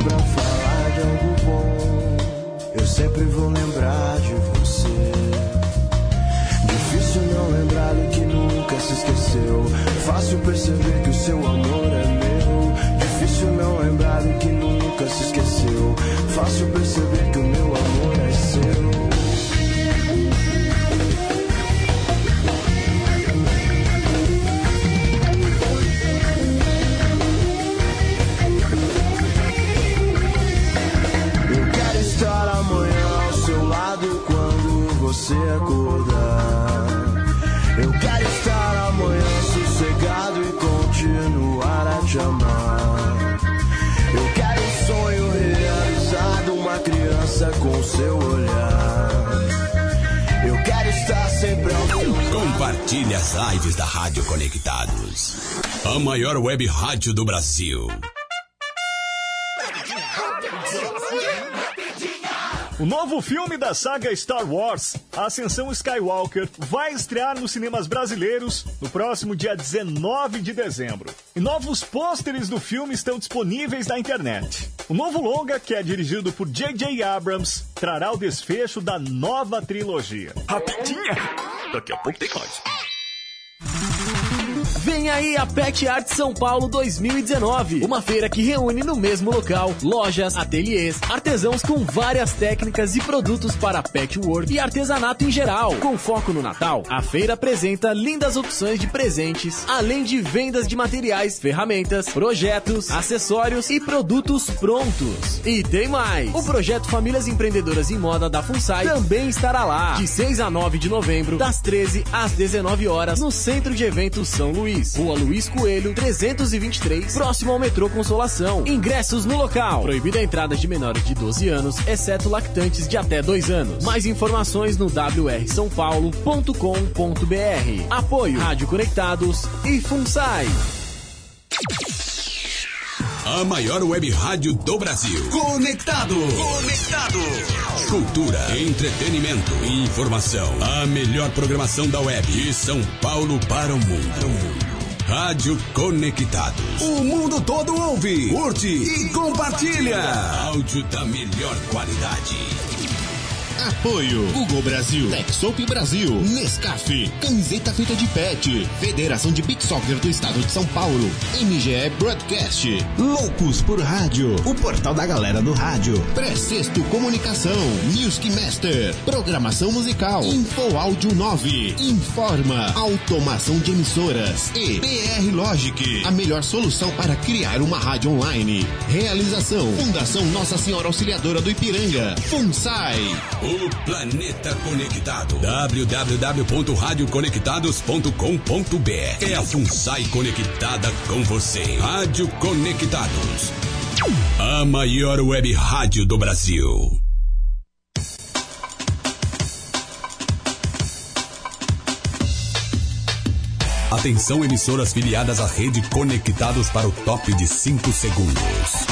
pra falar de algo bom, eu sempre vou lembrar de você. Difícil não lembrar do que nunca se esqueceu, fácil perceber que o seu amor é meu. Difícil não lembrar do que nunca se esqueceu, fácil perceber que o meu amor é seu. Você acordar, eu quero estar amanhã sossegado e continuar a te amar. Eu quero um sonho realizado, uma criança com seu olhar. Eu quero estar sempre ao seu lado. Compartilhe as lives da Rádio Conectados, a maior web rádio do Brasil. O novo filme da saga Star Wars, A Ascensão Skywalker, vai estrear nos cinemas brasileiros no próximo dia 19 de dezembro. E novos pôsteres do filme estão disponíveis na internet. O novo longa, que é dirigido por J.J. Abrams, trará o desfecho da nova trilogia. Rapidinha! Daqui a pouco tem mais. Vem aí a Pet Art São Paulo 2019, uma feira que reúne no mesmo local lojas, ateliês, artesãos com várias técnicas e produtos para patchwork e artesanato em geral. Com foco no Natal, a feira apresenta lindas opções de presentes, além de vendas de materiais, ferramentas, projetos, acessórios e produtos prontos. E tem mais! O projeto Famílias Empreendedoras em Moda da FUNSAI também estará lá, de 6 a 9 de novembro, das 13 às 19 horas, no Centro de Eventos São Luís. Rua Luiz Coelho, 323, próximo ao metrô Consolação. Ingressos no local. Proibida a entrada de menores de 12 anos, exceto lactantes de até 2 anos. Mais informações no wrsaopaulo.com.br. Apoio Rádio Conectados e FUNSAI. A maior web rádio do Brasil. Conectado. Cultura, entretenimento, informação. A melhor programação da web de São Paulo para o mundo. Rádio Conectados. O mundo todo ouve, curte e compartilha. Áudio da melhor qualidade. Apoio Google Brasil, TechSoup Brasil, Nescafé, camiseta feita de pet, Federação de Beach Soccer do Estado de São Paulo, MGE Broadcast, Loucos por Rádio, o portal da galera do rádio, Precesto Comunicação, Music Master, Programação Musical, Info Áudio 9, Informa, Automação de Emissoras e PR Logic, a melhor solução para criar uma rádio online. Realização, Fundação Nossa Senhora Auxiliadora do Ipiranga, FUNSAI. O planeta conectado. www.radioconectados.com.br. É a FUNSAI conectada com você. Rádio Conectados, a maior web rádio do Brasil. Atenção, emissoras filiadas à rede Conectados para o top de 5 segundos.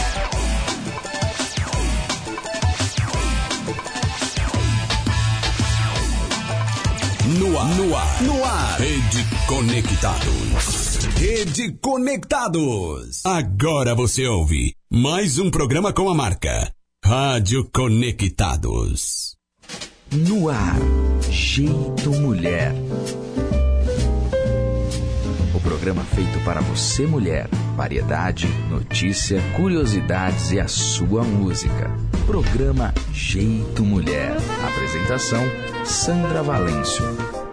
No ar. Rede Conectados. Rede Conectados. Agora você ouve mais um programa com a marca Rádio Conectados. No ar, Jeito Mulher. O programa feito para você, mulher. Variedade, notícia, curiosidades e a sua música. Programa Jeito Mulher. Apresentação, Sandra Valêncio.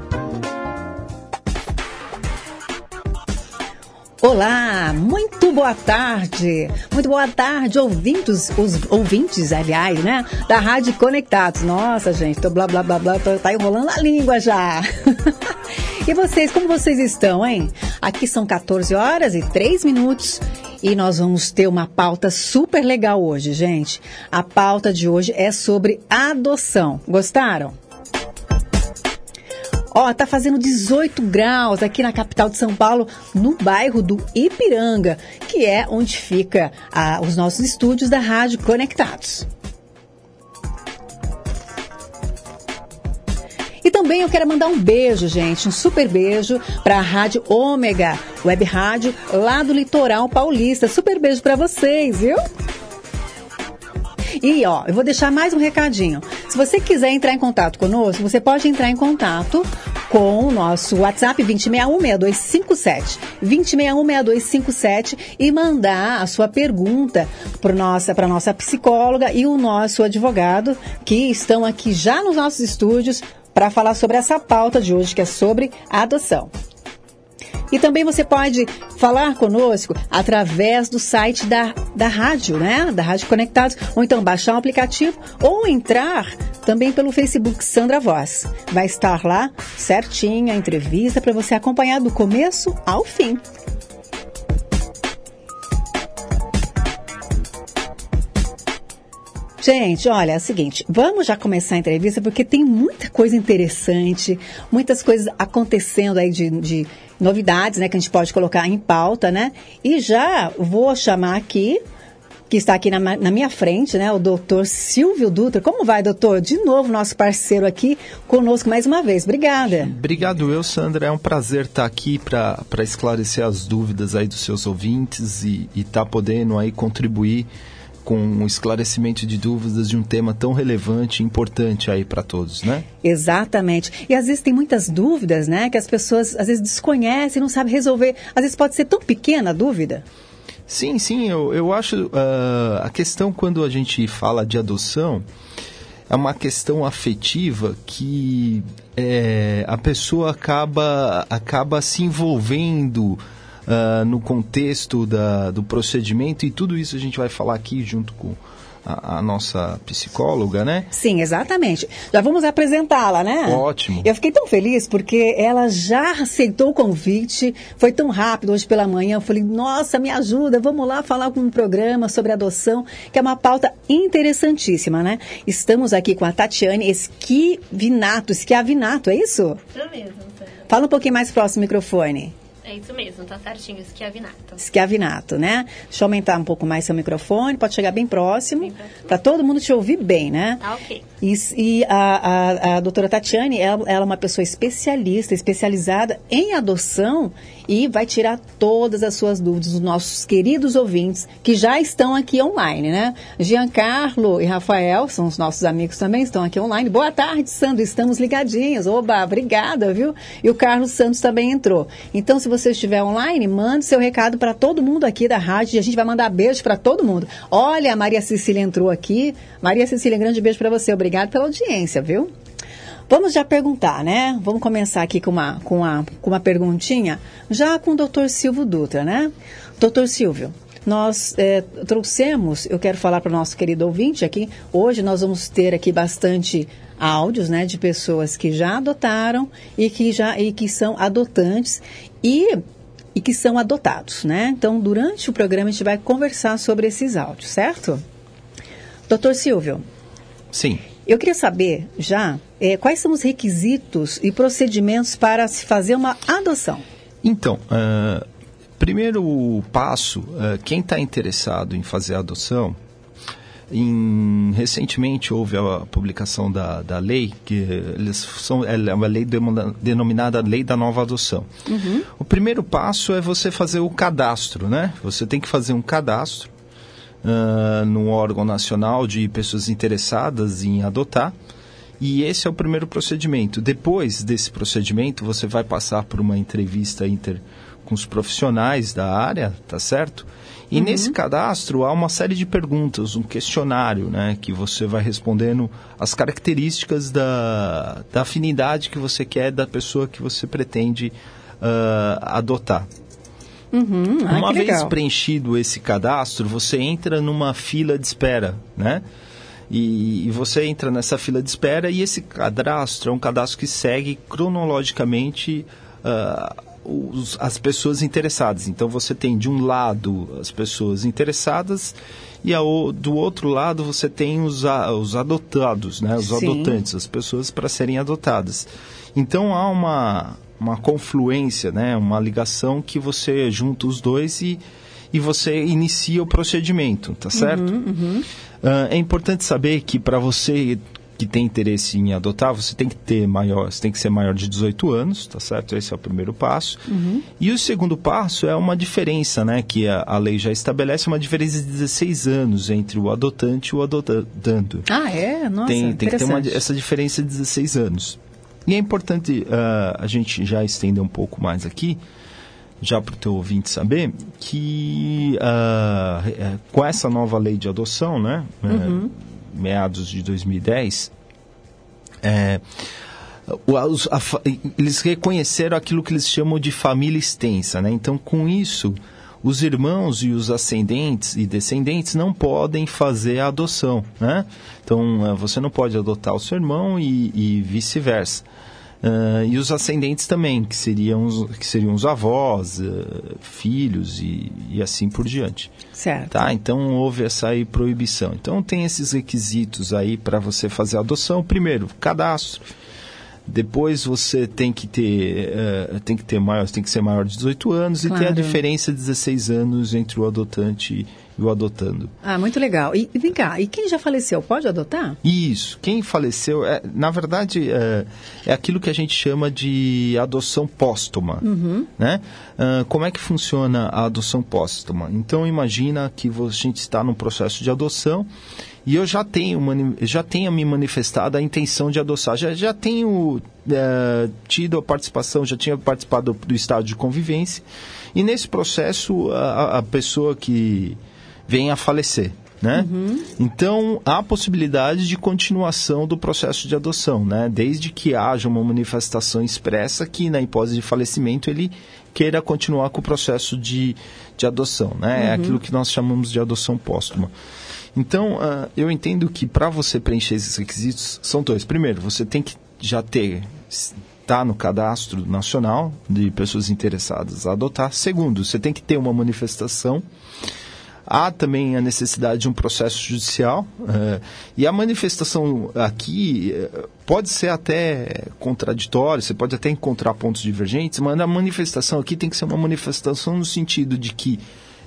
Olá, muito boa tarde. Muito boa tarde, ouvintes, os ouvintes, aliás, né, da Rádio Conectados. Nossa, gente, tô blá, blá, blá, blá, tá enrolando a língua já. E vocês, como vocês estão, hein? Aqui são 14h03 e nós vamos ter uma pauta super legal hoje, gente. A pauta de hoje é sobre adoção. Gostaram? Ó, tá fazendo 18 graus aqui na capital de São Paulo, no bairro do Ipiranga, que é onde fica os nossos estúdios da Rádio Conectados. E também eu quero mandar um beijo, gente, um super beijo para a Rádio Ômega, web rádio lá do Litoral Paulista. Super beijo para vocês, viu? E, ó, eu vou deixar mais um recadinho. Se você quiser entrar em contato conosco, você pode entrar em contato com o nosso WhatsApp 2061-6257. 2061-6257 e mandar a sua pergunta para a nossa psicóloga e o nosso advogado, que estão aqui já nos nossos estúdios para falar sobre essa pauta de hoje, que é sobre a adoção. E também você pode falar conosco através do site da rádio, né? Da Rádio Conectados, ou então baixar o aplicativo, ou entrar também pelo Facebook Sandra Voz. Vai estar lá certinho a entrevista para você acompanhar do começo ao fim. Gente, olha, é o seguinte, vamos já começar a entrevista porque tem muita coisa interessante, muitas coisas acontecendo aí de novidades, né, que a gente pode colocar em pauta, né? E já vou chamar aqui, que está aqui na minha frente, né, o doutor Silvio Dutra. Como vai, doutor? De novo, nosso parceiro aqui conosco mais uma vez. Obrigada. Obrigado, Sandra. É um prazer estar aqui para esclarecer as dúvidas aí dos seus ouvintes e estar podendo aí contribuir com o esclarecimento de dúvidas de um tema tão relevante e importante aí para todos, né? Exatamente. E às vezes tem muitas dúvidas, né? Que as pessoas às vezes desconhecem, não sabem resolver. Às vezes pode ser tão pequena a dúvida. Sim, eu acho a questão quando a gente fala de adoção é uma questão afetiva que a pessoa acaba se envolvendo no contexto do procedimento, e tudo isso a gente vai falar aqui junto com a nossa psicóloga, né? Sim, exatamente. Já vamos apresentá-la, né? Ótimo. Eu fiquei tão feliz porque ela já aceitou o convite, foi tão rápido hoje pela manhã. Eu falei, nossa, me ajuda, vamos lá falar com um programa sobre adoção, que é uma pauta interessantíssima, né? Estamos aqui com a Tatiane Schiavinato, é isso? Isso mesmo. Fala um pouquinho mais próximo do microfone. É isso mesmo, tá certinho, Schiavinato. Schiavinato, né? Deixa eu aumentar um pouco mais seu microfone, pode chegar bem próximo, para todo mundo te ouvir bem, né? Tá, ok. E a doutora Tatiane, ela é uma pessoa especializada em adoção e vai tirar todas as suas dúvidas dos nossos queridos ouvintes que já estão aqui online, né? Giancarlo e Rafael, são os nossos amigos também, estão aqui online. Boa tarde, Sandro, estamos ligadinhos. Oba, obrigada, viu? E o Carlos Santos também entrou. Então, se você estiver online, mande seu recado para todo mundo aqui da rádio e a gente vai mandar beijo para todo mundo. Olha, a Maria Cecília entrou aqui. Maria Cecília, um grande beijo para você. Obrigado pela audiência, viu? Vamos já perguntar, né? Vamos começar aqui com uma perguntinha, já com o doutor Silvio Dutra, né? Doutor Silvio, nós trouxemos, eu quero falar para o nosso querido ouvinte aqui, hoje nós vamos ter aqui bastante áudios, né, de pessoas que já adotaram e que são adotantes e que são adotados, né? Então, durante o programa a gente vai conversar sobre esses áudios, certo? Doutor Silvio. Sim. Eu queria saber já quais são os requisitos e procedimentos para se fazer uma adoção. Então, primeiro passo, quem está interessado em fazer a adoção, recentemente houve a publicação da lei, que é uma lei denominada Lei da Nova Adoção. Uhum. O primeiro passo é você fazer o cadastro, né? Você tem que fazer um cadastro num órgão nacional de pessoas interessadas em adotar, e esse é o primeiro procedimento. Depois desse procedimento, você vai passar por uma entrevista com os profissionais da área, tá certo? E nesse cadastro há uma série de perguntas, um questionário, né, que você vai respondendo as características da afinidade que você quer da pessoa que você pretende adotar. Uma vez preenchido esse cadastro, você entra numa fila de espera, né? E você entra nessa fila de espera, e esse cadastro é um cadastro que segue cronologicamente as pessoas interessadas. Então você tem de um lado as pessoas interessadas e do outro lado você tem os adotados, né? Os adotantes, as pessoas para serem adotadas. Então há uma confluência, né? Uma ligação que você junta os dois e você inicia o procedimento, tá certo? É importante saber que para você que tem interesse em adotar, você tem que ser maior de 18 anos, tá certo? Esse é o primeiro passo. E o segundo passo é uma diferença, né, que a lei já estabelece, uma diferença de 16 anos entre o adotante e o adotando. Ah, é? Nossa, tem que ter interessante. essa diferença de 16 anos. E é importante a gente já estender um pouco mais aqui, já para o teu ouvinte saber, que com essa nova lei de adoção, né, meados de 2010, eles reconheceram aquilo que eles chamam de família extensa, né? Então, com isso, os irmãos e os ascendentes e descendentes não podem fazer a adoção, né? Então, você não pode adotar o seu irmão e vice-versa. E os ascendentes também, que seriam os avós, filhos e assim por diante. Certo. Tá? Então, houve essa aí proibição. Então, tem esses requisitos aí para você fazer a adoção. Primeiro, cadastro. Depois você tem que ser maior de 18 anos, claro. E tem a diferença de 16 anos entre o adotante e o adotando. Ah, muito legal. E vem cá, e quem já faleceu, pode adotar? Isso, quem faleceu, na verdade, é aquilo que a gente chama de adoção póstuma. Né? Como é que funciona a adoção póstuma? Então, imagina que a gente está num processo de adoção e eu já tenho me manifestado a intenção de adoçar, já tenho tido a participação, já tinha participado do estado de convivência, e nesse processo a pessoa que vem a falecer, né? Então, há a possibilidade de continuação do processo de adoção, né? Desde que haja uma manifestação expressa que, na hipótese de falecimento, ele queira continuar com o processo de adoção, né? É aquilo que nós chamamos de adoção póstuma. Então, eu entendo que para você preencher esses requisitos, são dois. Primeiro, você tem que já estar no cadastro nacional de pessoas interessadas a adotar. Segundo, você tem que ter uma manifestação. Há também a necessidade de um processo judicial, e a manifestação aqui pode ser até contraditória, você pode até encontrar pontos divergentes, mas a manifestação aqui tem que ser uma manifestação no sentido de que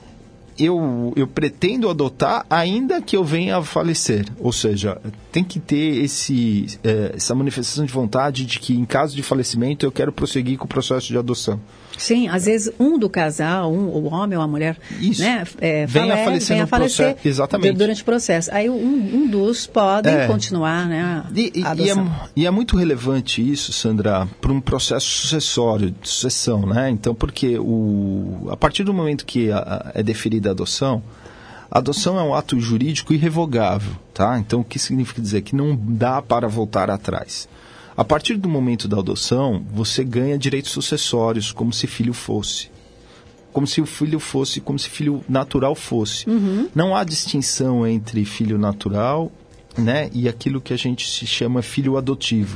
eu pretendo adotar ainda que eu venha a falecer. Ou seja, tem que ter essa manifestação de vontade de que, em caso de falecimento, eu quero prosseguir com o processo de adoção. Sim, às vezes um do casal, o homem ou a mulher, isso, né, vem a falecer processo, exatamente. Durante o processo. Aí um dos podem continuar, né, a adoção. E é muito relevante isso, Sandra, para um processo sucessório, de sucessão, né? Então, porque a partir do momento que é deferida a adoção é um ato jurídico irrevogável, tá? Então, o que significa dizer? Que não dá para voltar atrás. A partir do momento da adoção, você ganha direitos sucessórios, como se filho fosse. Como se o filho fosse, como se filho natural fosse. Não há distinção entre filho natural, né, e aquilo que a gente se chama filho adotivo.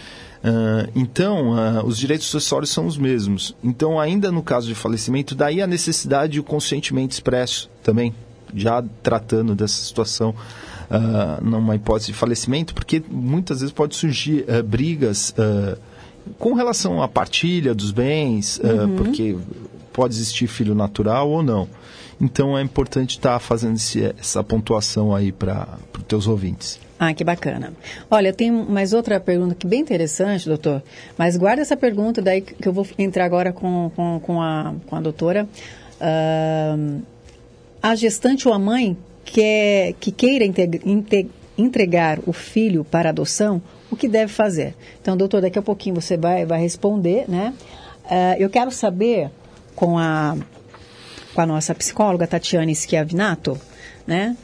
Então, os direitos sucessórios são os mesmos. Então, ainda no caso de falecimento, daí a necessidade e o consentimento expresso também, já tratando dessa situação numa hipótese de falecimento, porque muitas vezes pode surgir brigas com relação à partilha dos bens, porque pode existir filho natural ou não. Então, é importante estar fazendo essa pontuação aí para os teus ouvintes. Ah, que bacana. Olha, tem mais outra pergunta que bem interessante, doutor, mas guarda essa pergunta daí que eu vou entrar agora com a doutora. A gestante ou a mãe que queira entregar o filho para adoção, o que deve fazer? Então, doutor, daqui a pouquinho você vai responder, né? Eu quero saber com a nossa psicóloga Tatiana Schiavinato, né?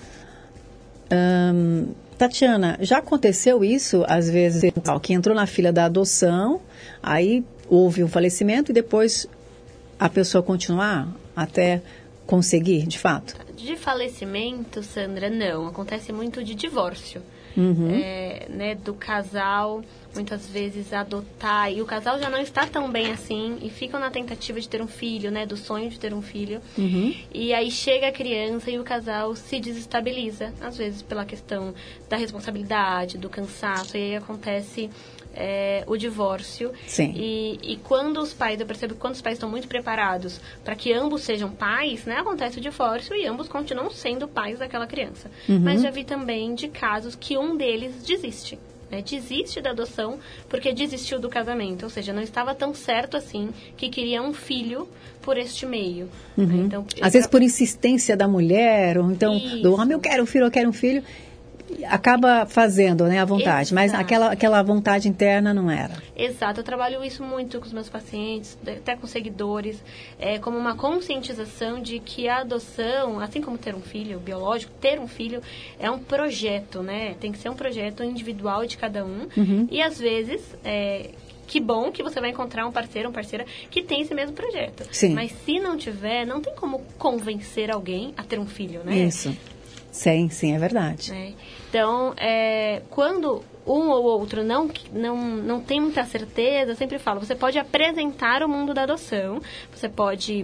Tatiana, já aconteceu isso, às vezes, que entrou na fila da adoção, aí houve um falecimento e depois a pessoa continuar até conseguir, de fato? De falecimento, Sandra, não. Acontece muito de divórcio. Né, do casal, muitas vezes adotar, e o casal já não está tão bem assim, e ficam na tentativa de ter um filho, né, do sonho de ter um filho, e aí chega a criança e o casal se desestabiliza, às vezes pela questão da responsabilidade, do cansaço, e aí acontece o divórcio. Sim. E quando os pais, eu percebo que quando os pais estão muito preparados para que ambos sejam pais, né, acontece o divórcio e ambos continuam sendo pais daquela criança. Mas já vi também de casos que um deles desiste. né? Desiste da adoção porque desistiu do casamento, ou seja, não estava tão certo assim que queria um filho por este meio. Né? Então, às vezes por insistência da mulher, ou então do homem, eu quero um filho, acaba fazendo, né, a vontade, mas aquela vontade interna não era. Exato, eu trabalho isso muito com os meus pacientes, até com seguidores, como uma conscientização de que a adoção, assim como ter um filho biológico, ter um filho é um projeto, né? Tem que ser um projeto individual de cada um. E às vezes, que bom que você vai encontrar um parceiro, uma parceira que tem esse mesmo projeto. Sim. Mas se não tiver, não tem como convencer alguém a ter um filho, né? Isso. Sim, é verdade. Então, quando um ou outro não tem muita certeza, eu sempre falo, você pode apresentar o mundo da adoção, você pode,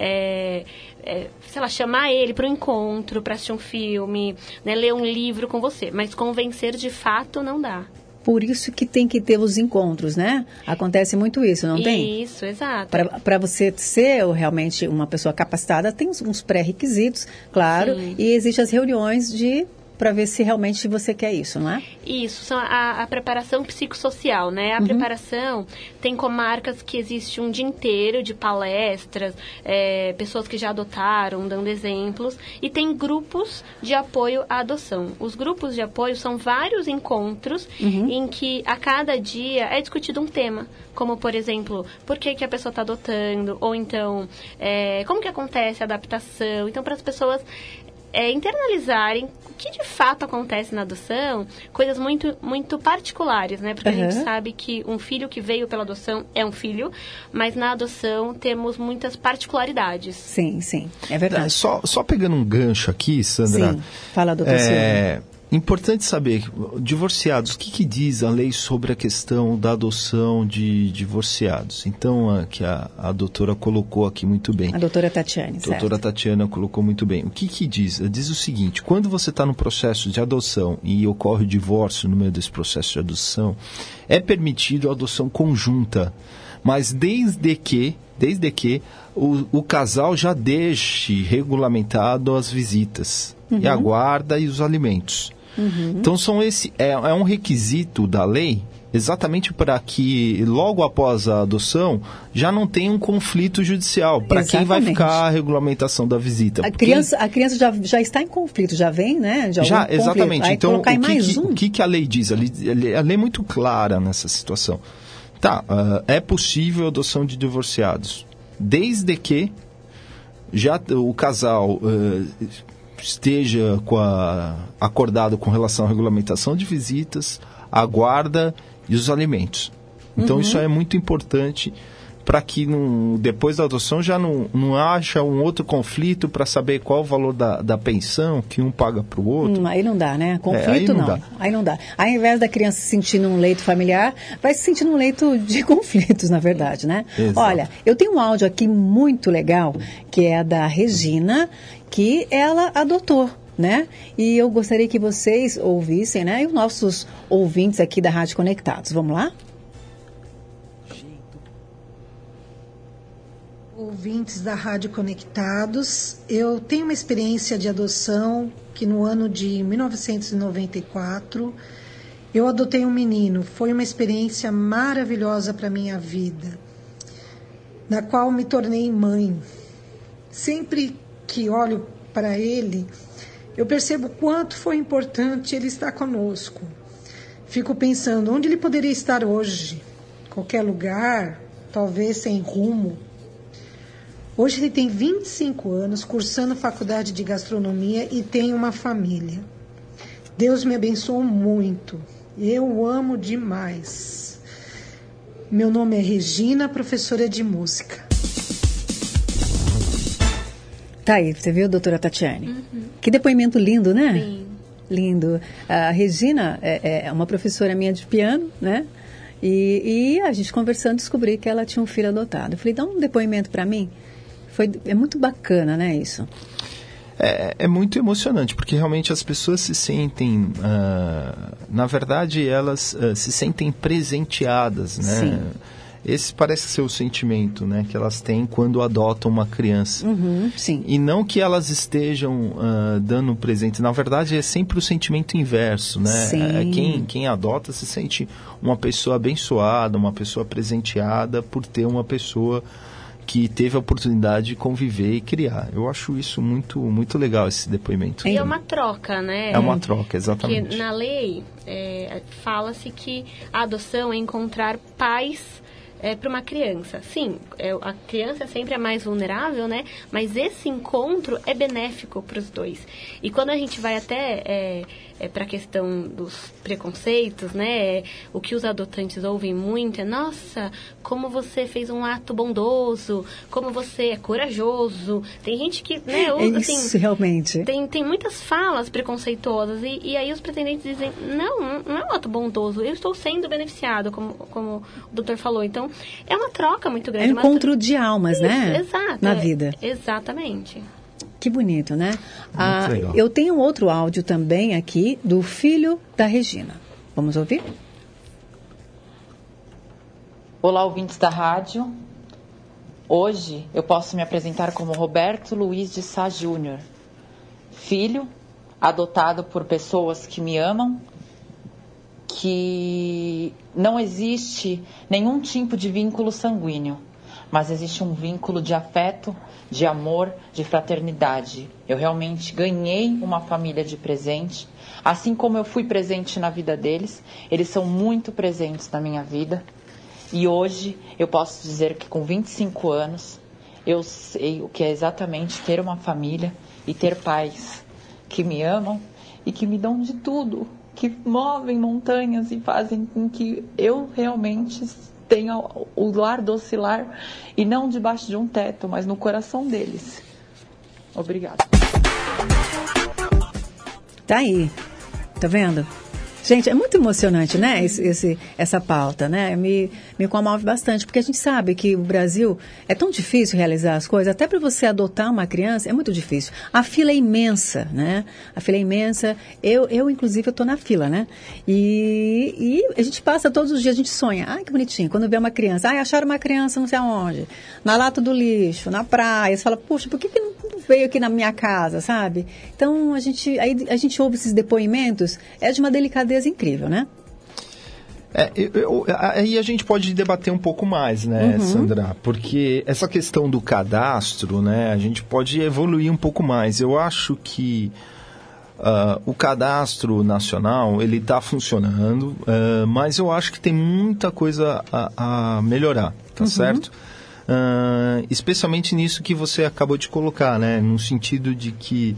sei lá, chamar ele para um encontro, para assistir um filme, né, ler um livro com você, mas convencer de fato não dá. Por isso que tem que ter os encontros, né? Acontece muito isso, não tem? Isso, exato. Para você ser realmente uma pessoa capacitada, tem uns pré-requisitos, claro, Sim. e existem as reuniões para ver se realmente você quer isso, não é? Isso, são a preparação psicossocial, né? A preparação tem comarcas que existe um dia inteiro de palestras, pessoas que já adotaram, dando exemplos, e tem grupos de apoio à adoção. Os grupos de apoio são vários encontros em que a cada dia é discutido um tema, como, por exemplo, por que a pessoa está adotando, ou então, como que acontece a adaptação. Então, para as pessoas internalizarem o que de fato acontece na adoção, coisas muito, muito particulares, né? Porque a gente sabe que um filho que veio pela adoção é um filho, mas na adoção temos muitas particularidades. Sim, é verdade. Só pegando um gancho aqui, Sandra. Sim, fala, doutor Silvio. Importante saber, divorciados, o que diz a lei sobre a questão da adoção de divorciados? Então, que a doutora colocou aqui muito bem. A doutora Tatiane, certo? A doutora Tatiana colocou muito bem. O que diz? Diz o seguinte, quando você está no processo de adoção e ocorre o divórcio no meio desse processo de adoção, é permitido a adoção conjunta, mas desde que o casal já deixe regulamentado as visitas e a guarda e os alimentos. Então, é um requisito da lei exatamente para que logo após a adoção já não tenha um conflito judicial. Para quem vai ficar a regulamentação da visita. A criança já está em conflito, já vem, né? Já exatamente. Aí então, o que a lei diz? A lei é muito clara nessa situação. É possível a adoção de divorciados, desde que já o casal esteja acordado com relação à regulamentação de visitas, a guarda e os alimentos. Então, isso é muito importante para que depois da adoção já não haja um outro conflito para saber qual o valor da pensão que um paga para o outro. Aí não dá, né? Conflito aí não dá. Ao invés da criança se sentir num leito familiar, vai se sentir num leito de conflitos, na verdade, né? Exato. Olha, eu tenho um áudio aqui muito legal, que é da Regina, que ela adotou, né? E eu gostaria que vocês ouvissem, né? E os nossos ouvintes aqui da Rádio Conectados. Vamos lá? Ouvintes da Rádio Conectados, eu tenho uma experiência de adoção que no ano de 1994 eu adotei um menino. Foi uma experiência maravilhosa para a minha vida, na qual me tornei mãe. Sempre que olho para ele, eu percebo quanto foi importante ele estar conosco. Fico pensando onde ele poderia estar hoje, qualquer lugar, talvez sem rumo. Hoje ele tem 25 anos, cursando faculdade de gastronomia e tem uma família. Deus me abençoou muito. Eu o amo demais. Meu nome é Regina, professora de música. Tá aí, você viu, doutora Tatiane? Que depoimento lindo, né? Sim. Lindo. A Regina é uma professora minha de piano, né? E a gente conversando descobri que ela tinha um filho adotado. Eu falei, dá um depoimento para mim. É muito bacana, né, isso? É muito emocionante, porque realmente as pessoas se sentem, na verdade, elas se sentem presenteadas, né? Sim. Esse parece ser o sentimento, né, que elas têm quando adotam uma criança. Sim. E não que elas estejam dando presente. Na verdade, é sempre o sentimento inverso, né? Sim. Quem adota se sente uma pessoa abençoada, uma pessoa presenteada por ter uma pessoa que teve a oportunidade de conviver e criar. Eu acho isso muito, muito legal, esse depoimento. E é uma troca, né? É uma troca, exatamente. Porque na lei fala-se que a adoção é encontrar pais para uma criança. Sim, a criança é sempre a mais vulnerável, né? Mas esse encontro é benéfico para os dois. E quando a gente vai até para a questão dos preconceitos, né? O que os adotantes ouvem muito é: nossa, como você fez um ato bondoso, como você é corajoso. Tem gente que, né? Isso, realmente. Tem muitas falas preconceituosas e aí os pretendentes dizem: não é um ato bondoso, eu estou sendo beneficiado, como o doutor falou. Então, é uma troca muito grande. É um encontro de almas, né? Exato. Na vida. Exatamente. Que bonito, né? Legal. Eu tenho um outro áudio também aqui do filho da Regina. Vamos ouvir? Olá, ouvintes da rádio. Hoje eu posso me apresentar como Roberto Luiz de Sá Júnior, filho adotado por pessoas que me amam, que não existe nenhum tipo de vínculo sanguíneo, mas existe um vínculo de afeto, de amor, de fraternidade. Eu realmente ganhei uma família de presente, assim como eu fui presente na vida deles, eles são muito presentes na minha vida. E hoje eu posso dizer que com 25 anos eu sei o que é exatamente ter uma família e ter pais que me amam e que me dão de tudo, que movem montanhas e fazem com que eu realmente tenha o lar docilar e não debaixo de um teto, mas no coração deles. Obrigada. Tá aí. Tá vendo? Gente, é muito emocionante, né, essa pauta, né? Me comove bastante, porque a gente sabe que o Brasil é tão difícil realizar as coisas, até para você adotar uma criança é muito difícil. A fila é imensa, né? A fila é imensa. Eu inclusive, eu tô na fila, né? E a gente passa todos os dias, a gente sonha. Ai, que bonitinho, quando vê uma criança. Ai, acharam uma criança não sei aonde. Na lata do lixo, na praia. Você fala, puxa, por que não veio aqui na minha casa, sabe? Então, a gente ouve esses depoimentos, é de uma delicadeza incrível, né? Aí a gente pode debater um pouco mais, né, Sandra? Porque essa questão do cadastro, né, a gente pode evoluir um pouco mais. Eu acho que o cadastro nacional, ele está funcionando, mas eu acho que tem muita coisa a melhorar, tá certo? Especialmente nisso que você acabou de colocar, né? No sentido de que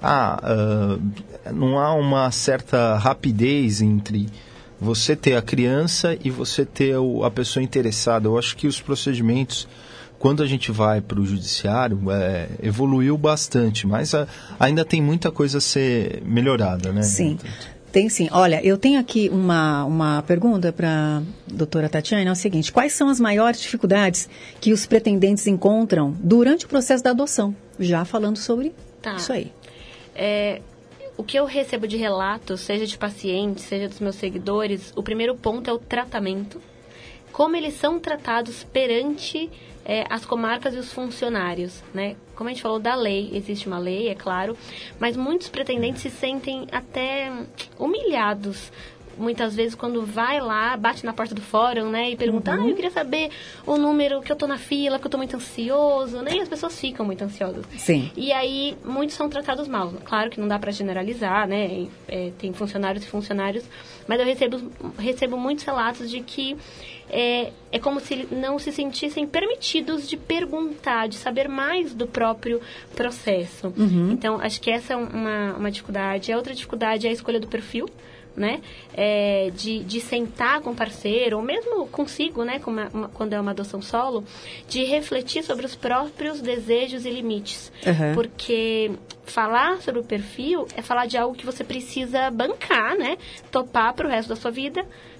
não há uma certa rapidez entre você ter a criança e você ter a pessoa interessada. Eu acho que os procedimentos, quando a gente vai para o judiciário, evoluiu bastante, mas ainda tem muita coisa a ser melhorada, né? Sim. Tem sim. Olha, eu tenho aqui uma pergunta para a doutora Tatiana, é o seguinte: quais são as maiores dificuldades que os pretendentes encontram durante o processo da adoção? Já falando sobre isso aí. O que eu recebo de relatos, seja de pacientes, seja dos meus seguidores, o primeiro ponto é o tratamento. Como eles são tratados perante as comarcas e os funcionários, né? Como a gente falou da lei, existe uma lei, é claro, mas muitos pretendentes se sentem até humilhados. Muitas vezes, quando vai lá, bate na porta do fórum, né, e pergunta, eu queria saber o número que eu tô na fila, porque eu tô muito ansioso, né, e as pessoas ficam muito ansiosas. Sim. E aí, muitos são tratados mal. Claro que não dá para generalizar, né, tem funcionários e funcionários, mas eu recebo muitos relatos de que é como se não se sentissem permitidos de perguntar, de saber mais do próprio processo. Então, acho que essa é uma dificuldade. A outra dificuldade é a escolha do perfil, né? De sentar com o parceiro, ou mesmo consigo, né? Quando é uma adoção solo, de refletir sobre os próprios desejos e limites. Porque falar sobre o perfil é falar de algo que você precisa bancar, né? Topar para o resto da sua vida,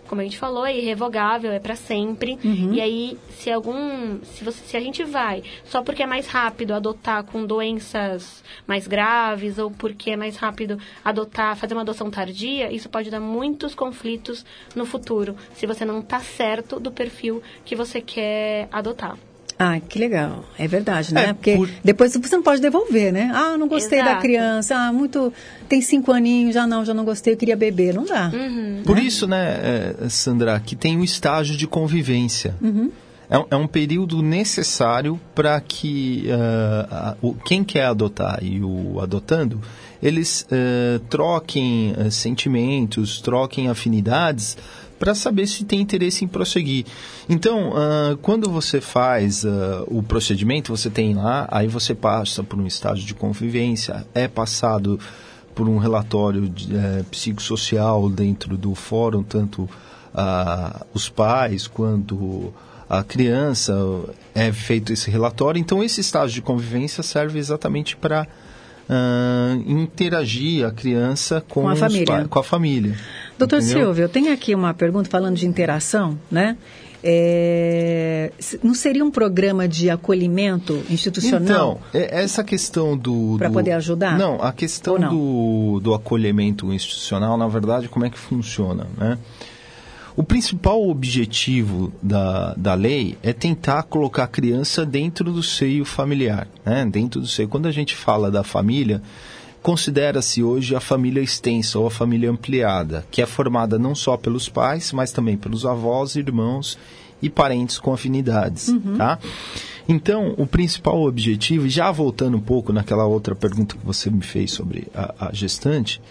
como a gente falou, é irrevogável, é para sempre. E aí, se a gente vai só porque é mais rápido adotar com doenças mais graves ou porque é mais rápido fazer uma adoção tardia, isso pode dar muitos conflitos no futuro, se você não está certo do perfil que você quer adotar. Ah, que legal. É verdade, né? Porque depois você não pode devolver, né? Ah, não gostei da criança. Ah, tem 5 aninhos, já não gostei, eu queria beber. Não dá. Por isso, né, Sandra, que tem o estágio de convivência. É um período necessário para que quem quer adotar e o adotando, eles troquem sentimentos, troquem afinidades, para saber se tem interesse em prosseguir. Então, quando você faz o procedimento, você tem lá, aí você passa por um estágio de convivência, é passado por um relatório psicossocial dentro do fórum, tanto os pais quanto a criança, é feito esse relatório. Então, esse estágio de convivência serve exatamente para interagir a criança com a família. Doutor Silvio, eu tenho aqui uma pergunta falando de interação, né? Não seria um programa de acolhimento institucional? Então, essa questão para poder ajudar? Não, a questão do acolhimento institucional, na verdade, como é que funciona, né? O principal objetivo da lei é tentar colocar a criança dentro do seio familiar, né? Dentro do seio. Quando a gente fala da família, considera-se hoje a família extensa ou a família ampliada, que é formada não só pelos pais, mas também pelos avós, irmãos e parentes com afinidades, tá? Então, o principal objetivo, e já voltando um pouco naquela outra pergunta que você me fez sobre a gestante,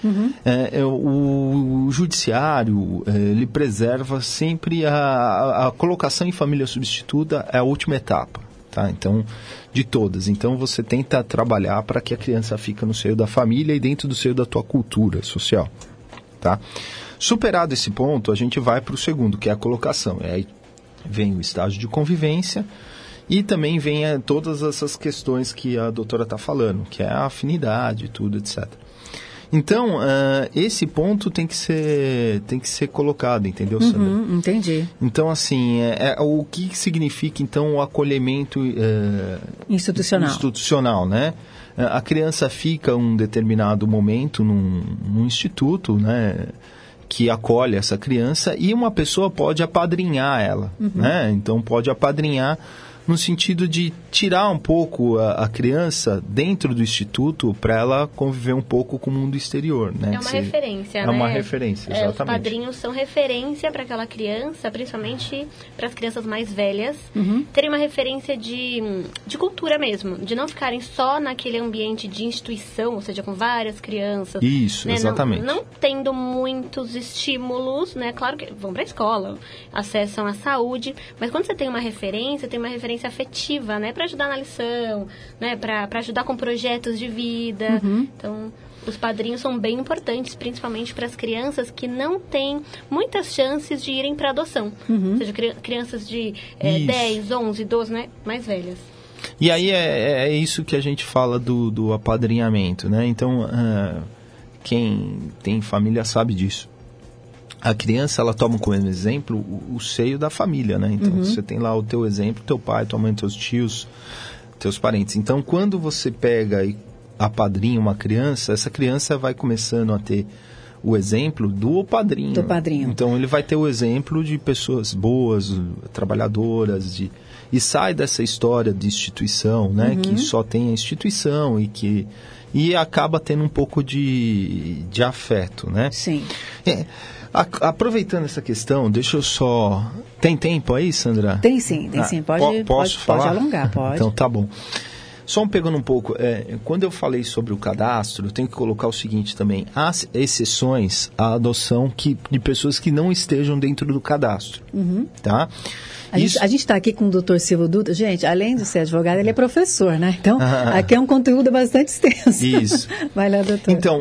o judiciário, ele preserva sempre a colocação em família substituta, é a última etapa, tá? Então, de todas. Então, você tenta trabalhar para que a criança fique no seio da família e dentro do seio da tua cultura social, tá? Superado esse ponto, a gente vai para o segundo, que é a colocação. E aí vem o estágio de convivência e também vem todas essas questões que a doutora está falando, que é a afinidade, tudo, etc. Então, esse ponto tem que ser colocado, entendeu, Sandra? Entendi. Então, assim, o que significa, então, o acolhimento institucional, né? A criança fica um determinado momento num instituto, né, que acolhe essa criança, e uma pessoa pode apadrinhar ela, né? Então, pode apadrinhar no sentido de tirar um pouco a criança dentro do instituto para ela conviver um pouco com o mundo exterior, né? É uma referência, né? É uma referência, exatamente. Os padrinhos são referência para aquela criança, principalmente para as crianças mais velhas, terem uma referência de cultura mesmo, de não ficarem só naquele ambiente de instituição, ou seja, com várias crianças. Isso, né? Exatamente. Não tendo muitos estímulos, né? Claro que vão para a escola, acessam a saúde, mas quando você tem uma referência afetiva, né, para ajudar na lição, né, para ajudar com projetos de vida. Então, os padrinhos são bem importantes, principalmente para as crianças que não têm muitas chances de irem para adoção. Ou seja, crianças de 10, 11, 12, né, mais velhas. E aí é isso que a gente fala do apadrinhamento, né? Então, quem tem família sabe disso. A criança, ela toma como exemplo o seio da família, né? Então, você tem lá o teu exemplo, teu pai, tua mãe, teus tios, teus parentes. Então, quando você pega e apadrinha uma criança, essa criança vai começando a ter o exemplo do padrinho. Do padrinho. Então, ele vai ter o exemplo de pessoas boas, trabalhadoras, e sai dessa história de instituição, né? Que só tem a instituição e acaba tendo um pouco de afeto, né? Sim. Aproveitando essa questão, deixa eu só... Tem tempo aí, Sandra? Tem sim. Posso falar? Pode alongar, pode. Então, tá bom. Só pegando um pouco, quando eu falei sobre o cadastro, eu tenho que colocar o seguinte também. Há exceções à adoção de pessoas que não estejam dentro do cadastro, tá? A gente está aqui com o doutor Silvio Dutra. Gente, além de ser advogado, ele é professor, né? Então, aqui é um conteúdo bastante extenso. Isso. Vai lá, doutor. Então,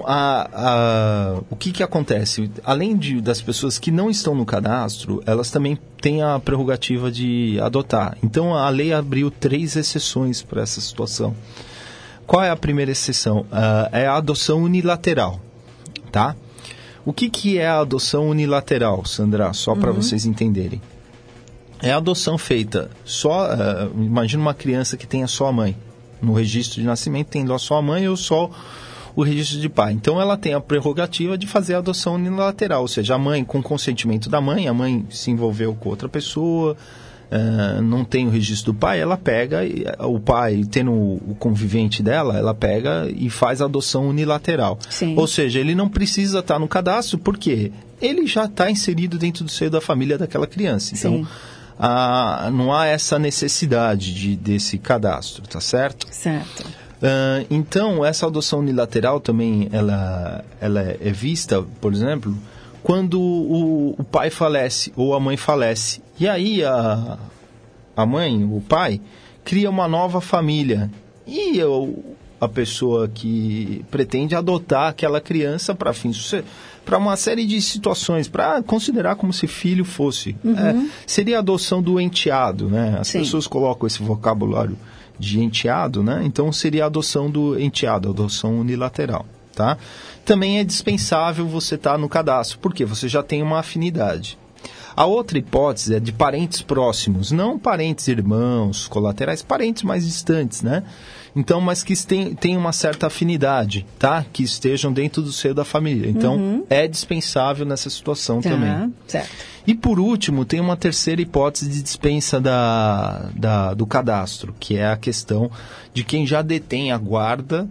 o que acontece? Além das pessoas que não estão no cadastro, elas também têm a prerrogativa de adotar. Então, a lei abriu 3 exceções para essa situação. Qual é a primeira exceção? É a adoção unilateral, tá? O que é a adoção unilateral, Sandra? Só para vocês entenderem. É a adoção feita só... imagina uma criança que tenha só a mãe. No registro de nascimento tem só a mãe ou só o registro de pai. Então ela tem a prerrogativa de fazer a adoção unilateral. Ou seja, a mãe, com consentimento da mãe, a mãe se envolveu com outra pessoa, não tem o registro do pai, ela pega, o pai, tendo o convivente dela, ela pega e faz a adoção unilateral. Sim. Ou seja, ele não precisa estar no cadastro, porque ele já está inserido dentro do seio da família daquela criança. Então, Sim. Não há essa necessidade desse cadastro, tá certo? Certo. Então, essa adoção unilateral também, ela é vista, por exemplo, quando o pai falece ou a mãe falece. E aí a mãe, o pai, cria uma nova família. E a pessoa que pretende adotar aquela criança para para uma série de situações, para considerar como se filho fosse. Seria a adoção do enteado, né? As pessoas colocam esse vocabulário de enteado, né? Então seria a adoção do enteado, a adoção unilateral, tá? Também é dispensável você estar no cadastro, porque você já tem uma afinidade. A outra hipótese é de parentes próximos, não parentes irmãos, colaterais, parentes mais distantes, né? Então, mas que tem uma certa afinidade, tá? Que estejam dentro do seio da família. Então, é dispensável nessa situação também. Certo. E, por último, tem uma terceira hipótese de dispensa do cadastro, que é a questão de quem já detém a guarda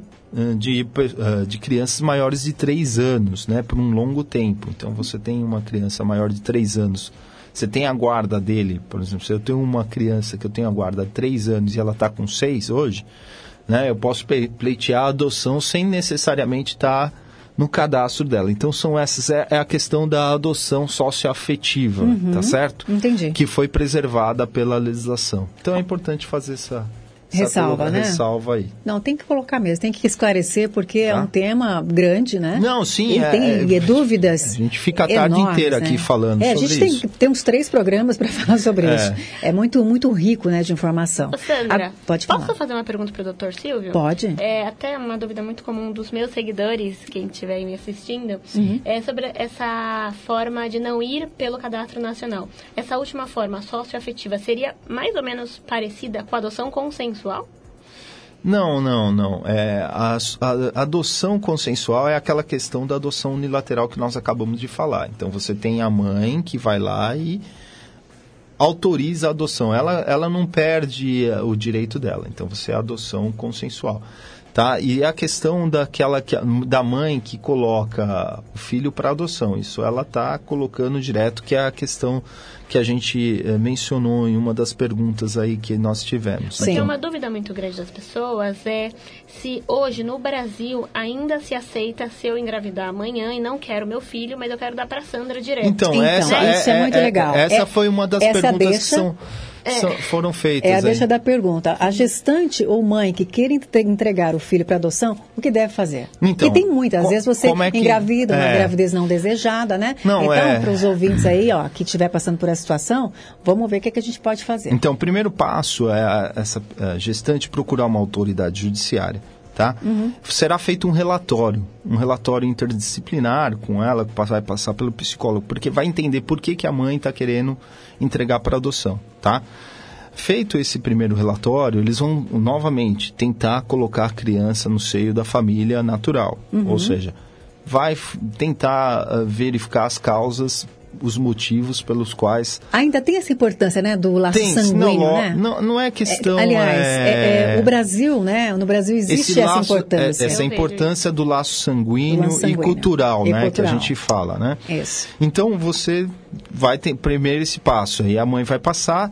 de crianças maiores de 3 anos, né? Por um longo tempo. Então, você tem uma criança maior de 3 anos, você tem a guarda dele, por exemplo, se eu tenho uma criança que eu tenho a guarda de 3 anos e ela está com 6 hoje, né, eu posso pleitear a adoção sem necessariamente estar no cadastro dela. Então, são essas, é a questão da adoção socioafetiva, tá certo? Entendi. Que foi preservada pela legislação. Então, é importante fazer essa ressalva, né? Ressalva aí. Não, tem que colocar mesmo, tem que esclarecer, porque é um tema grande, né? Não, sim. E tem dúvidas. A gente fica a tarde inteira aqui falando sobre isso. A gente tem uns 3 programas para falar sobre isso. É muito, muito rico, né, de informação. Ô, Sandra, pode falar. Posso fazer uma pergunta para o Dr. Silvio? Pode. É até uma dúvida muito comum dos meus seguidores, quem estiver me assistindo, é sobre essa forma de não ir pelo cadastro nacional. Essa última forma, socioafetiva, seria mais ou menos parecida com a adoção consensual? Não. A adoção consensual é aquela questão da adoção unilateral que nós acabamos de falar. Então, você tem a mãe que vai lá e autoriza a adoção. Ela não perde o direito dela. Então, você é a adoção consensual. Tá? E a questão da mãe que coloca o filho para adoção. Isso ela está colocando direto, que é a questão que a gente mencionou em uma das perguntas aí que nós tivemos. Porque uma dúvida muito grande das pessoas é se hoje no Brasil ainda se aceita se eu engravidar amanhã e não quero meu filho, mas eu quero dar para a Sandra direto. Então isso é muito legal. Essa foi uma das perguntas que foram feitas. É a deixa da pergunta. A gestante ou mãe que queira entregar o filho para adoção, o que deve fazer? Então, porque tem muitas. Às vezes você engravida uma gravidez não desejada, né? Então, para os ouvintes aí, que estiver passando por essa situação, vamos ver o que a gente pode fazer. Então, o primeiro passo é essa gestante procurar uma autoridade judiciária. Tá? Será feito um relatório interdisciplinar com ela, que vai passar pelo psicólogo, porque vai entender por que a mãe está querendo entregar para adoção, tá? Feito esse primeiro relatório, eles vão novamente tentar colocar a criança no seio da família natural, ou seja, vai tentar verificar as causas, os motivos pelos quais... Ainda tem essa importância, né, do laço sanguíneo, né? Não é questão... Aliás, o Brasil, né? No Brasil existe essa importância. Essa importância do laço sanguíneo e cultural, né? Que a gente fala, né? Isso. Então, você vai ter primeiro esse passo. Aí a mãe vai passar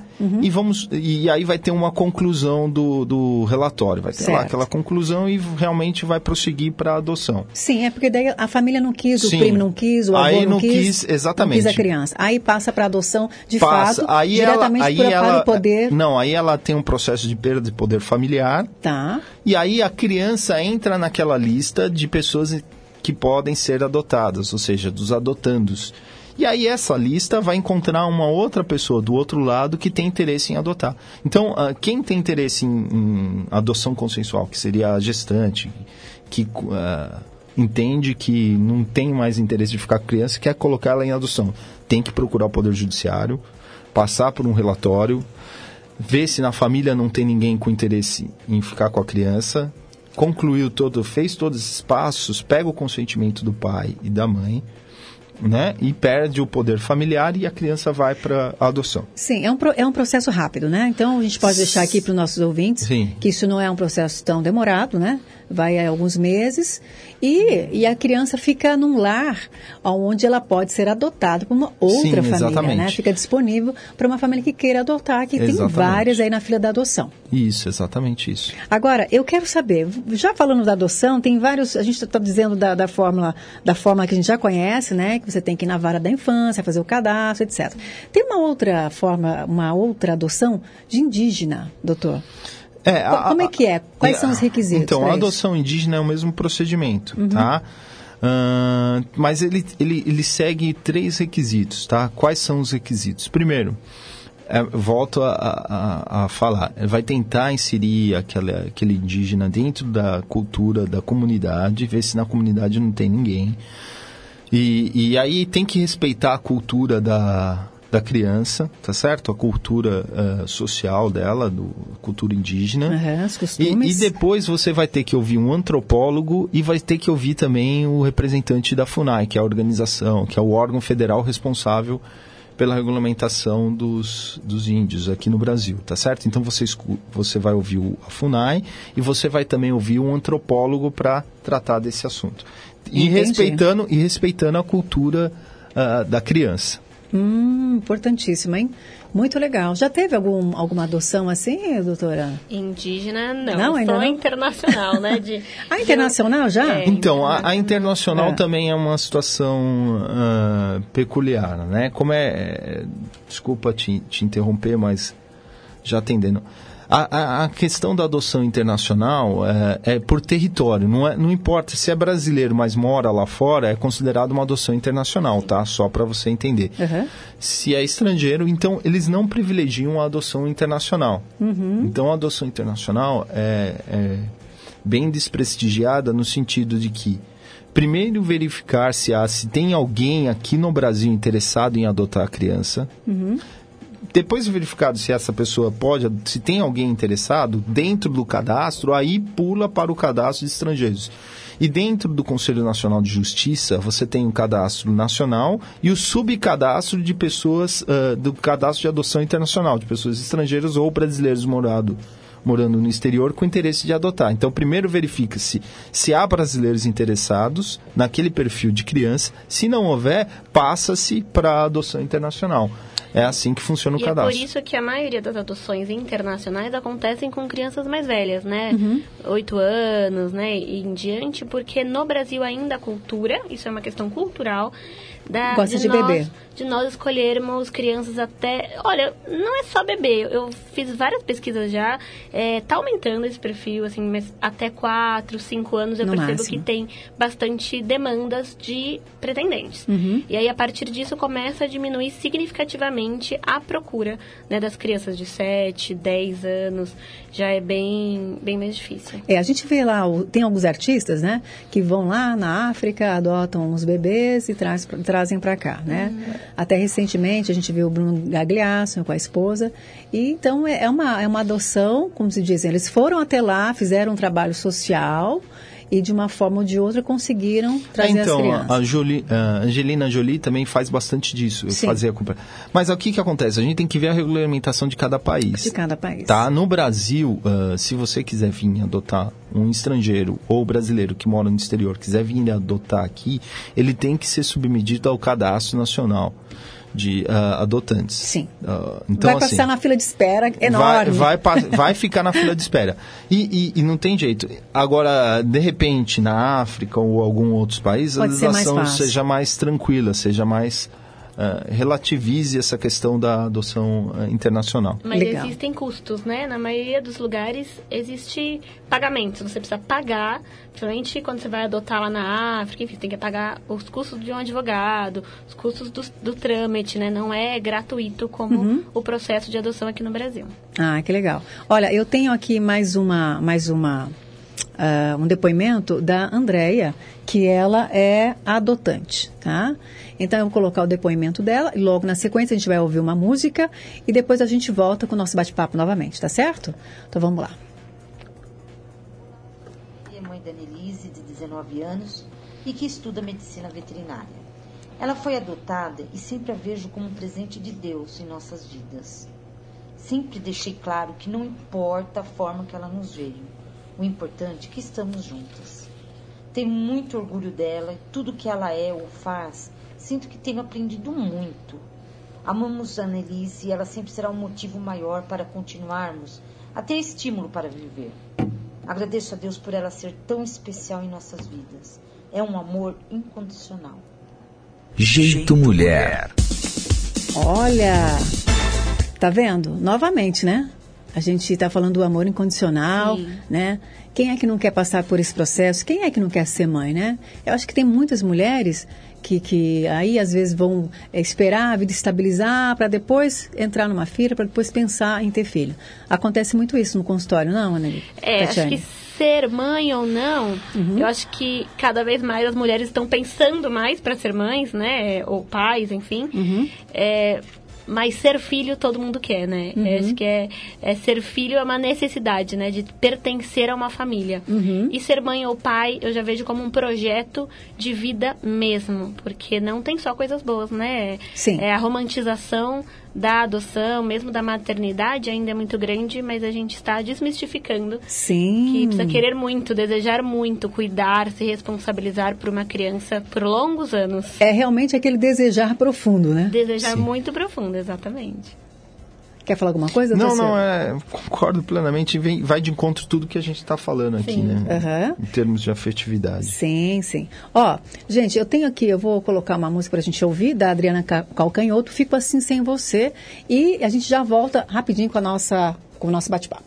e aí vai ter uma conclusão do relatório. Vai ter lá aquela conclusão e realmente vai prosseguir para a adoção. Sim, é porque daí a família não quis, o primo não quis, o avô não quis. Exatamente. Não quis a criança. Aí passa para adoção de fato, diretamente para o poder... Não, aí ela tem um processo de perda de poder familiar. Tá. E aí a criança entra naquela lista de pessoas que podem ser adotadas, ou seja, dos adotandos. E aí essa lista vai encontrar uma outra pessoa do outro lado que tem interesse em adotar. Então, quem tem interesse em adoção consensual, que seria a gestante, que entende que não tem mais interesse de ficar com a criança e quer colocar ela em adoção, tem que procurar o Poder Judiciário, passar por um relatório, ver se na família não tem ninguém com interesse em ficar com a criança, fez todos esses passos, pega o consentimento do pai e da mãe, né? E perde o poder familiar e a criança vai para a adoção. Sim, é um processo rápido, né? Então, a gente pode deixar aqui para os nossos ouvintes que isso não é um processo tão demorado, né? Vai alguns meses e a criança fica num lar onde ela pode ser adotada por uma outra família, exatamente. né? Fica disponível para uma família que queira adotar, que tem várias aí na fila da adoção. Isso, exatamente isso. Agora, eu quero saber, já falando da adoção, tem vários, a gente está dizendo da forma que a gente já conhece, né? Que você tem que ir na vara da infância, fazer o cadastro, etc. Tem uma outra forma, uma outra adoção de indígena, doutor? Como é que é? Quais são os requisitos? Então, a adoção indígena é o mesmo procedimento, tá? Mas ele segue 3 requisitos, tá? Quais são os requisitos? Primeiro, volto a falar, vai tentar inserir aquele indígena dentro da cultura da comunidade, ver se na comunidade não tem ninguém. E aí tem que respeitar a cultura da criança, tá certo? A cultura social dela, cultura indígena. Os costumes. E depois você vai ter que ouvir um antropólogo e vai ter que ouvir também o representante da FUNAI, que é a organização, que é o órgão federal responsável pela regulamentação dos índios aqui no Brasil, tá certo? Então você vai ouvir a FUNAI e você vai também ouvir um antropólogo para tratar desse assunto. E respeitando a cultura da criança. Importantíssimo, hein? Muito legal. Já teve alguma adoção assim, doutora? Indígena, não. Não, ainda só não? Internacional, né? A internacional já? Então, a internacional também é uma situação peculiar, né? Como desculpa te interromper, mas já atendendo. A questão da adoção internacional é por território, não importa se é brasileiro, mas mora lá fora, é considerado uma adoção internacional, tá? Só para você entender. Se é estrangeiro, então eles não privilegiam a adoção internacional. Então a adoção internacional é bem desprestigiada no sentido de que primeiro verificar se tem alguém aqui no Brasil interessado em adotar a criança. Depois de verificado se essa pessoa se tem alguém interessado, dentro do cadastro, aí pula para o cadastro de estrangeiros. E dentro do Conselho Nacional de Justiça, você tem um cadastro nacional e o subcadastro de pessoas, do cadastro de adoção internacional, de pessoas estrangeiras ou brasileiros morando no exterior com interesse de adotar. Então, primeiro verifica-se se há brasileiros interessados naquele perfil de criança. Se não houver, passa-se para a adoção internacional. É assim que funciona o cadastro. É por isso que a maioria das adoções internacionais acontecem com crianças mais velhas, né? 8 anos, né? E em diante, porque no Brasil ainda a cultura, isso é uma questão cultural, gosta de bebê. De nós escolhermos crianças até... Olha, não é só bebê. Eu fiz várias pesquisas já. Tá aumentando esse perfil, assim, mas até 4, 5 anos eu percebo que tem bastante demandas de pretendentes. E aí, a partir disso, começa a diminuir significativamente a procura, né, das crianças de 7, 10 anos. Já é bem mais difícil. A gente vê lá, tem alguns artistas, né, que vão lá na África, adotam uns bebês e trazem para cá, né? Até recentemente a gente viu o Bruno Gagliasso com a esposa. E então é uma adoção, como se dizem, eles foram até lá, fizeram um trabalho social e de uma forma ou de outra conseguiram trazer as crianças. A Angelina Jolie também faz bastante disso. Mas o que acontece? A gente tem que ver a regulamentação de cada país. De cada país. Tá? No Brasil, se você quiser vir adotar um estrangeiro ou brasileiro que mora no exterior, quiser vir adotar aqui, ele tem que ser submetido ao cadastro nacional de adotantes. Sim. Então, vai passar na fila de espera enorme. Vai ficar na fila de espera. E não tem jeito. Agora, de repente, na África ou algum outro país, a legislação seja mais tranquila, seja mais... relativize essa questão da adoção internacional. Mas existem custos, né? Na maioria dos lugares existe pagamentos. Você precisa pagar, principalmente quando você vai adotar lá na África, enfim, você tem que pagar os custos de um advogado, os custos do trâmite, né? Não é gratuito como o processo de adoção aqui no Brasil. Que legal. Olha, eu tenho aqui mais uma um depoimento da Andréia, que ela é adotante, tá? Então, eu vou colocar o depoimento dela e logo na sequência a gente vai ouvir uma música e depois a gente volta com o nosso bate-papo novamente, tá certo? Então, vamos lá. É mãe da Annelise, de 19 anos, e que estuda medicina veterinária. Ela foi adotada e sempre a vejo como um presente de Deus em nossas vidas. Sempre deixei claro que não importa a forma que ela nos veio. O importante é que estamos juntas. Tenho muito orgulho dela e tudo que ela é ou faz, sinto que tenho aprendido muito. Amamos a Annelise e ela sempre será um motivo maior para continuarmos, até estímulo para viver. Agradeço a Deus por ela ser tão especial em nossas vidas. É um amor incondicional. Jeito Mulher. Olha, tá vendo? Novamente, né? A gente está falando do amor incondicional, né? Quem é que não quer passar por esse processo? Quem é que não quer ser mãe, né? Eu acho que tem muitas mulheres que aí às vezes vão esperar a vida estabilizar para depois entrar numa filha, para depois pensar em ter filho. Acontece muito isso no consultório, não, Anneli? Acho que ser mãe ou não, eu acho que cada vez mais as mulheres estão pensando mais para ser mães, né? Ou pais, enfim. Mas ser filho todo mundo quer, né? Acho que ser filho é uma necessidade, né? De pertencer a uma família. E ser mãe ou pai, eu já vejo como um projeto de vida mesmo. Porque não tem só coisas boas, né? Sim. A romantização da adoção, mesmo da maternidade, ainda é muito grande, mas a gente está desmistificando. Sim. Que precisa querer muito, desejar muito, cuidar, se responsabilizar por uma criança por longos anos. É realmente aquele desejar profundo, né? Desejar muito profundo, exatamente. Quer falar alguma coisa? Não, concordo plenamente. Vai de encontro tudo que a gente está falando aqui, né? Em termos de afetividade. Sim, sim. Ó, gente, eu tenho aqui, eu vou colocar uma música para a gente ouvir, da Adriana Calcanhoto, Fico Assim Sem Você, e a gente já volta rapidinho com o nosso bate-papo.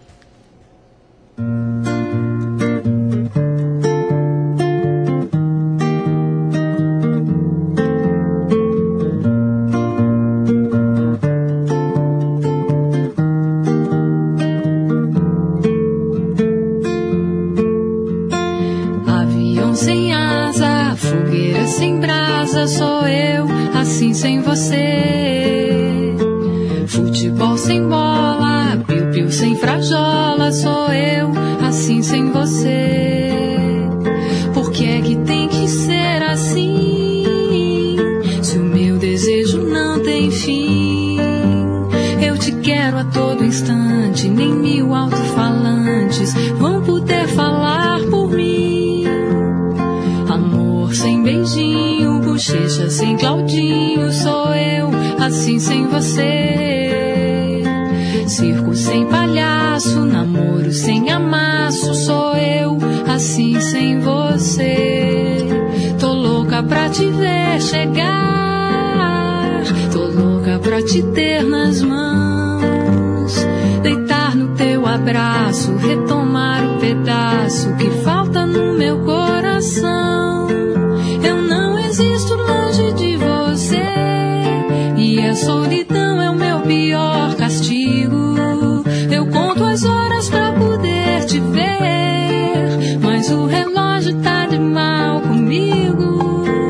Sou eu, assim sem você. Futebol sem bola, piu-piu sem frajola. Sou eu, assim sem você. Por que é que tem que ser assim? Se o meu desejo não tem fim. Eu te quero a todo instante, nem 1000 alto-falantes vão poder falar por mim. Amor sem beijinho, bochecha sem Claudinho, sou eu, assim sem você. Circo sem palhaço, namoro sem amasso, sou eu, assim sem você. Tô louca pra te ver chegar, tô louca pra te ter nas mãos, deitar no teu abraço, retomar o pedaço que falta no meu coração. Eu não existo longe de você, e a solidão é o meu pior castigo. Eu conto as horas pra poder te ver, mas o relógio tá de mal comigo.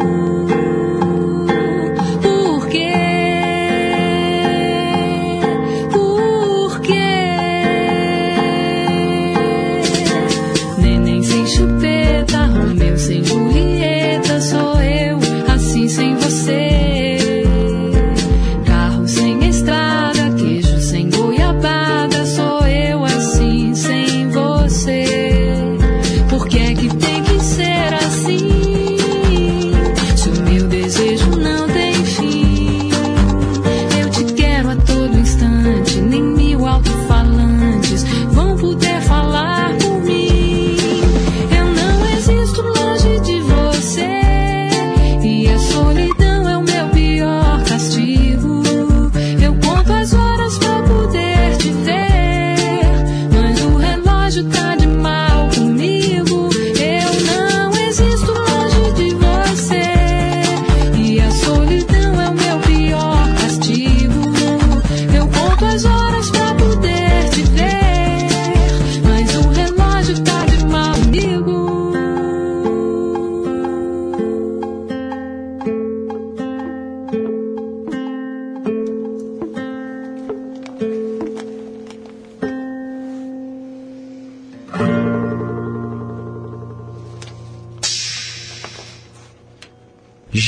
Por quê? Por quê? Neném sem chupeta, Romeu sem Julieta, sou eu, assim sem você. Carro sem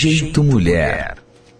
Jeito Mulher.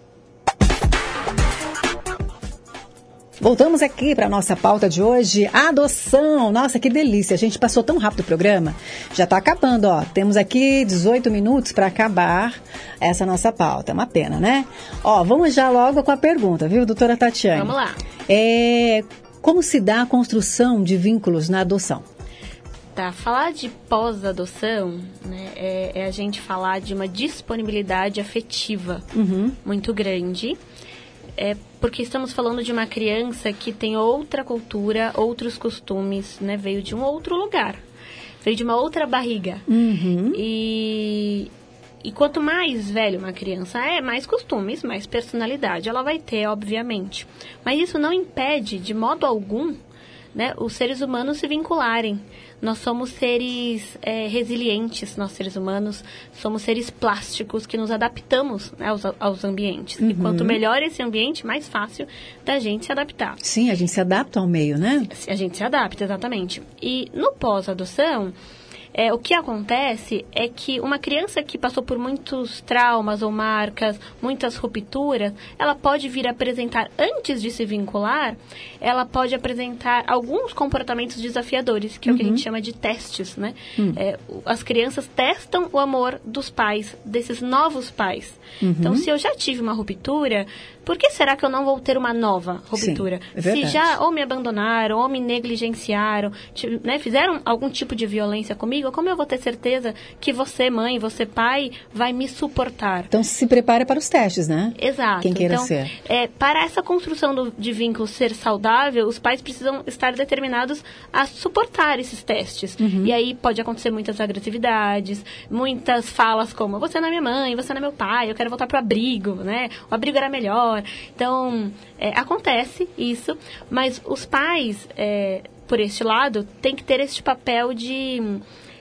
Voltamos aqui para a nossa pauta de hoje, adoção. Nossa, que delícia, a gente passou tão rápido o programa, já está acabando, ó. Temos aqui 18 minutos para acabar essa nossa pauta, é uma pena, né? Ó, vamos já logo com a pergunta, viu, doutora Tatiane? Vamos lá. Como se dá a construção de vínculos na adoção? Tá, falar de pós-adoção, né, é a gente falar de uma disponibilidade afetiva muito grande. Porque estamos falando de uma criança que tem outra cultura, outros costumes, né? Veio de um outro lugar, veio de uma outra barriga. E quanto mais velha uma criança mais costumes, mais personalidade ela vai ter, obviamente. Mas isso não impede, de modo algum, né, os seres humanos se vincularem. Nós somos seres resilientes, nós seres humanos somos seres plásticos que nos adaptamos, né, aos ambientes. E quanto melhor esse ambiente, mais fácil da gente se adaptar. Sim, a gente se adapta ao meio, né? A gente se adapta, exatamente. E no pós-adoção, o que acontece é que uma criança que passou por muitos traumas ou marcas, muitas rupturas, ela pode vir a apresentar, antes de se vincular, ela pode apresentar alguns comportamentos desafiadores, que é o que a gente chama de testes, né? As crianças testam o amor dos pais, desses novos pais. Então, se eu já tive uma ruptura, por que será que eu não vou ter uma nova ruptura? Sim, é verdade. Se já ou me abandonaram, ou me negligenciaram, né, fizeram algum tipo de violência comigo, como eu vou ter certeza que você, mãe, você, pai, vai me suportar? Então, se prepare para os testes, né? Exato. Quem queira então, ser. Para essa construção de vínculo ser saudável, os pais precisam estar determinados a suportar esses testes. E aí pode acontecer muitas agressividades, muitas falas como, você não é minha mãe, você não é meu pai, eu quero voltar pro abrigo, né? O abrigo era melhor. Então, acontece isso, mas os pais, por este lado, têm que ter este papel de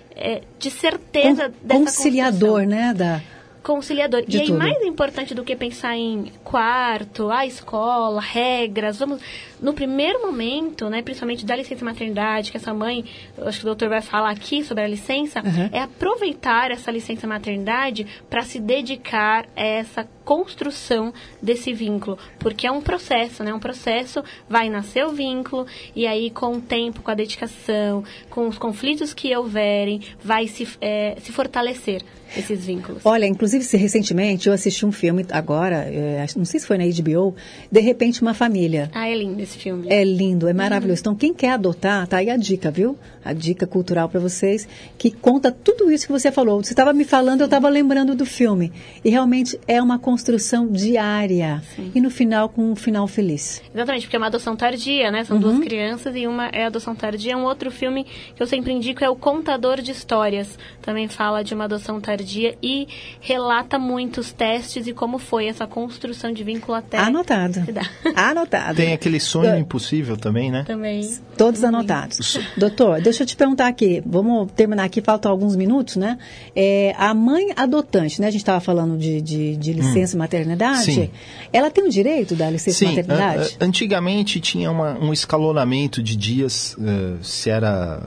certeza dessa conciliador, né? Conciliador. De e aí, tudo. mais importante do que pensar em quarto, a escola, regras, no primeiro momento, né, principalmente da licença maternidade, que essa mãe, eu acho que o doutor vai falar aqui sobre a licença, é aproveitar essa licença maternidade para se dedicar a essa construção desse vínculo, porque é um processo, né? Um processo, vai nascer o vínculo, e aí com o tempo, com a dedicação, com os conflitos que houverem, vai se fortalecer esses vínculos. Olha, inclusive, recentemente eu assisti um filme agora, não sei se foi na HBO, De Repente Uma Família. Ah, é lindo esse filme. É lindo, é maravilhoso. Então, quem quer adotar, tá aí a dica, viu? A dica cultural para vocês, que conta tudo isso que você falou. Você estava me falando, eu estava lembrando do filme. E realmente é uma construção diária. Sim. E no final, com um final feliz. Exatamente, porque é uma adoção tardia, né? São duas crianças e uma é adoção tardia. Um outro filme que eu sempre indico é O Contador de Histórias. Também fala de uma adoção tardia e relata muitos testes e como foi essa construção de vínculo até... Anotado. Anotado. Tem aquele Sonho Impossível também, né? Também. Todos anotados. Doutor, deixa eu te perguntar aqui, vamos terminar aqui, faltam alguns minutos, né? A mãe adotante, né? A gente estava falando de licença maternidade. Sim. Ela tem o direito da licença maternidade? Antigamente tinha um escalonamento de dias, se era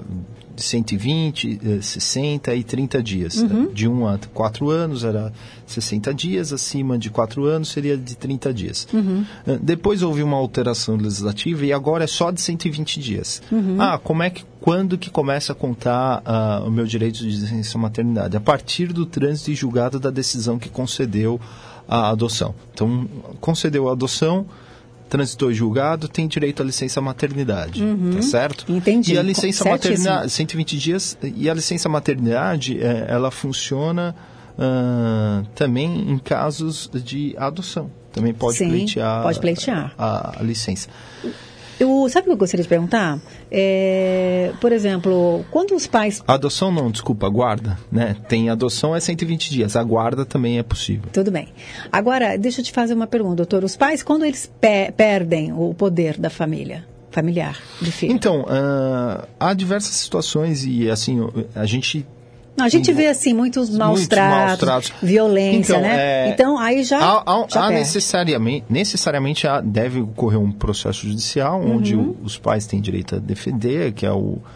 120, 60 e 30 dias. De 1 a 4 anos era 60 dias, acima de 4 anos seria de 30 dias. Depois houve uma alteração legislativa e agora é só de 120 dias. Quando que começa a contar o meu direito de licença maternidade? A partir do trânsito e julgado da decisão que concedeu a adoção. Então, concedeu a adoção, transitou e julgado, tem direito à licença maternidade, tá certo? Entendi. E a licença maternidade, 120 dias, e a licença maternidade, ela funciona também em casos de adoção. Também pode pleitear a licença. Sabe o que eu gostaria de perguntar? Por exemplo, quando os pais... Adoção não, desculpa, guarda, né? Tem adoção 120 dias, a guarda também é possível. Tudo bem. Agora, deixa eu te fazer uma pergunta, doutor. Os pais, quando eles perdem o poder da familiar, do filho? Então, há diversas situações e, assim, a gente vê, assim, muitos maus tratos, violência, então, né? Então, aí já necessariamente deve ocorrer um processo judicial, onde os pais têm direito a defender, que é o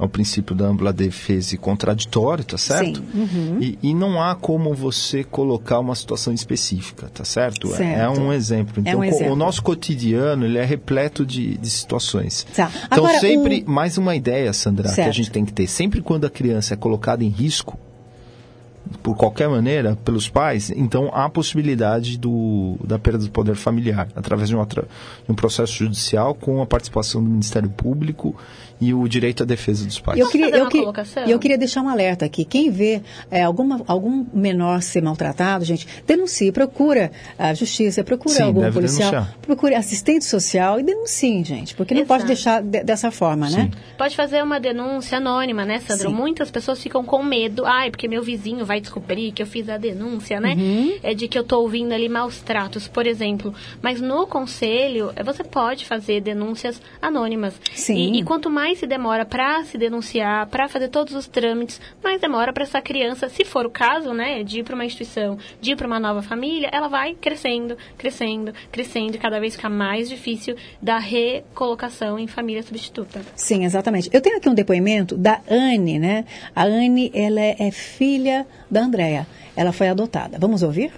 ao princípio da ampla defesa e contraditório, tá certo? Sim. Uhum. E não há como você colocar uma situação específica, tá certo? Certo. É um exemplo. Então, o nosso cotidiano, ele é repleto de situações. Tá. Então, Agora, sempre, mais uma ideia, Sandra, certo, que a gente tem que ter. Sempre quando a criança é colocada em risco, por qualquer maneira, pelos pais, então há a possibilidade da perda do poder familiar, através de um processo judicial com a participação do Ministério Público e o direito à defesa dos pais. Eu queria deixar um alerta aqui. Quem vê algum menor ser maltratado, gente, denuncie, procura a justiça, procura algum policial, procure assistente social e denuncie, gente, porque não pode deixar dessa forma, né? Pode fazer uma denúncia anônima, né, Sandra? Sim. Muitas pessoas ficam com medo, porque meu vizinho vai descobrir que eu fiz a denúncia, né? É de que eu tô ouvindo ali maus tratos, por exemplo. Mas no conselho, você pode fazer denúncias anônimas. Sim. E quanto mais se demora para se denunciar, para fazer todos os trâmites, mais demora para essa criança, se for o caso, né, de ir para uma instituição, de ir para uma nova família, ela vai crescendo, crescendo, crescendo, e cada vez fica mais difícil da recolocação em família substituta. Sim, exatamente. Eu tenho aqui um depoimento da Anne, né? A Anne, ela é filha da Andréa. Ela foi adotada. Vamos ouvir?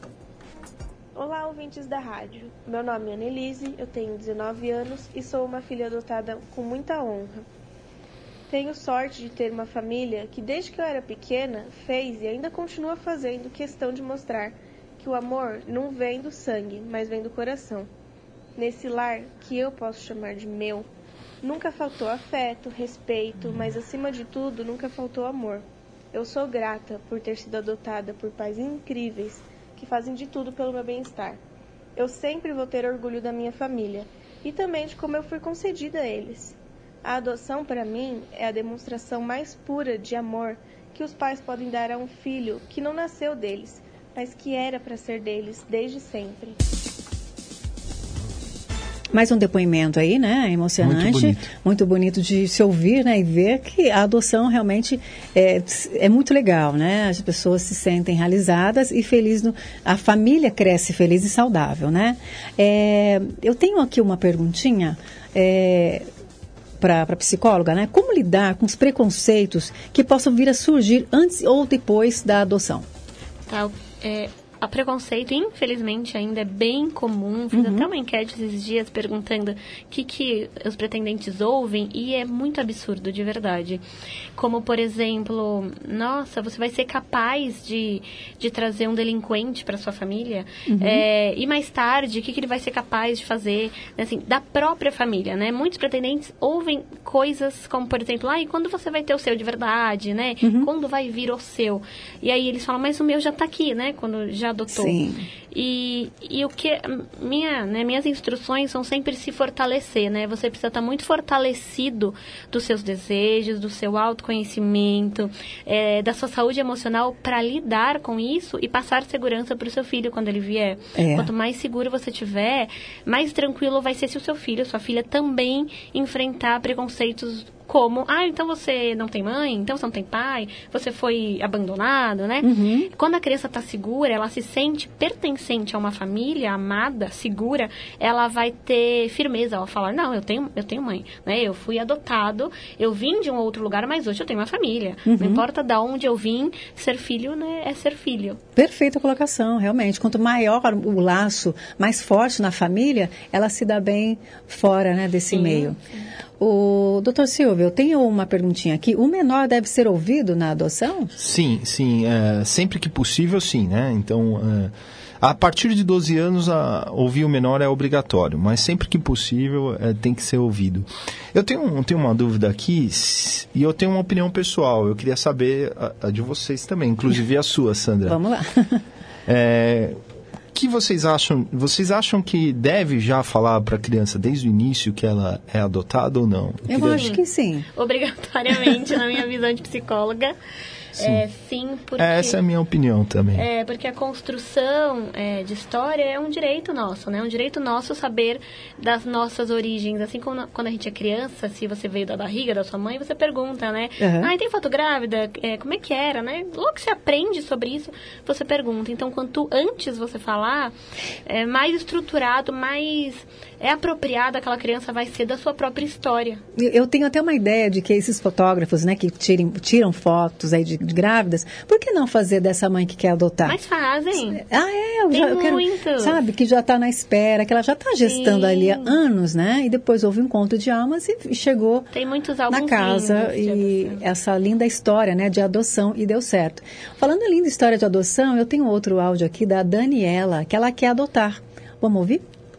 Olá, ouvintes da rádio. Meu nome é Annelise, eu tenho 19 anos e sou uma filha adotada com muita honra. Tenho sorte de ter uma família que, desde que eu era pequena, fez e ainda continua fazendo questão de mostrar que o amor não vem do sangue, mas vem do coração. Nesse lar, que eu posso chamar de meu, nunca faltou afeto, respeito, mas acima de tudo, nunca faltou amor. Eu sou grata por ter sido adotada por pais incríveis que fazem de tudo pelo meu bem-estar. Eu sempre vou ter orgulho da minha família e também de como eu fui concedida a eles. A adoção, para mim, é a demonstração mais pura de amor que os pais podem dar a um filho que não nasceu deles, mas que era para ser deles desde sempre. Mais um depoimento aí, né? Emocionante. Muito bonito de se ouvir, né? E ver que a adoção realmente é muito legal, né? As pessoas se sentem realizadas e felizes. A família cresce feliz e saudável, né? Eu tenho aqui uma perguntinha para a psicóloga, né? Como lidar com os preconceitos que possam vir a surgir antes ou depois da adoção? A preconceito, infelizmente, ainda é bem comum. Fiz até uma enquete esses dias perguntando o que os pretendentes ouvem e é muito absurdo, de verdade. Como, por exemplo, nossa, você vai ser capaz de trazer um delinquente para sua família? E mais tarde, o que ele vai ser capaz de fazer, assim, da própria família, né? Muitos pretendentes ouvem coisas como, por exemplo, e quando você vai ter o seu de verdade, né? Quando vai vir o seu? E aí eles falam, mas o meu já tá aqui, né? Quando já adotou. Sim. E o que minhas instruções são sempre se fortalecer, né? Você precisa estar muito fortalecido dos seus desejos, do seu autoconhecimento, da sua saúde emocional para lidar com isso e passar segurança para o seu filho quando ele vier. Quanto mais seguro você tiver, mais tranquilo vai ser se o seu filho, sua filha também enfrentar preconceitos como, então você não tem mãe, então você não tem pai, você foi abandonado, né? Quando a criança está segura, ela se sente pertencente a uma família amada, segura, ela vai ter firmeza, ela vai falar, não, eu tenho mãe, né? Eu fui adotado, eu vim de um outro lugar, mas hoje eu tenho uma família. Não importa de onde eu vim, ser filho, né, é ser filho. Perfeita colocação, realmente. Quanto maior o laço, mais forte na família, ela se dá bem fora, né, desse meio. O doutor Silvio, eu tenho uma perguntinha aqui. O menor deve ser ouvido na adoção? Sim. Sempre que possível, sim, né? Então, a partir de 12 anos, ouvir o menor é obrigatório, mas sempre que possível tem que ser ouvido. Eu tenho uma dúvida aqui e eu tenho uma opinião pessoal. Eu queria saber a de vocês também, inclusive a sua, Sandra. Vamos lá. O que vocês acham? Vocês acham que deve já falar para a criança desde o início que ela é adotada ou não? Eu acho que sim. Obrigatoriamente, na minha visão de psicóloga. Sim. Porque... Essa é a minha opinião também. Porque a construção de história é um direito nosso, né? É um direito nosso saber das nossas origens. Assim como quando a gente é criança, se você veio da barriga da sua mãe, você pergunta, né? Uhum. Tem foto grávida? Como é que era, né? Logo que você aprende sobre isso, você pergunta. Então, quanto antes você falar, mais estruturado, mais apropriada aquela criança vai ser da sua própria história. Eu tenho até uma ideia de que esses fotógrafos, né, que tiram fotos aí de grávidas, por que não fazer dessa mãe que quer adotar? Mas fazem. Eu quero, sabe, que já está na espera, que ela já está gestando ali há anos, né? E depois houve um encontro de almas e chegou Tem muitos na casa e essa linda história, né, de adoção e deu certo. Falando em linda história de adoção, eu tenho outro áudio aqui da Daniela, que ela quer adotar. Vamos ouvir?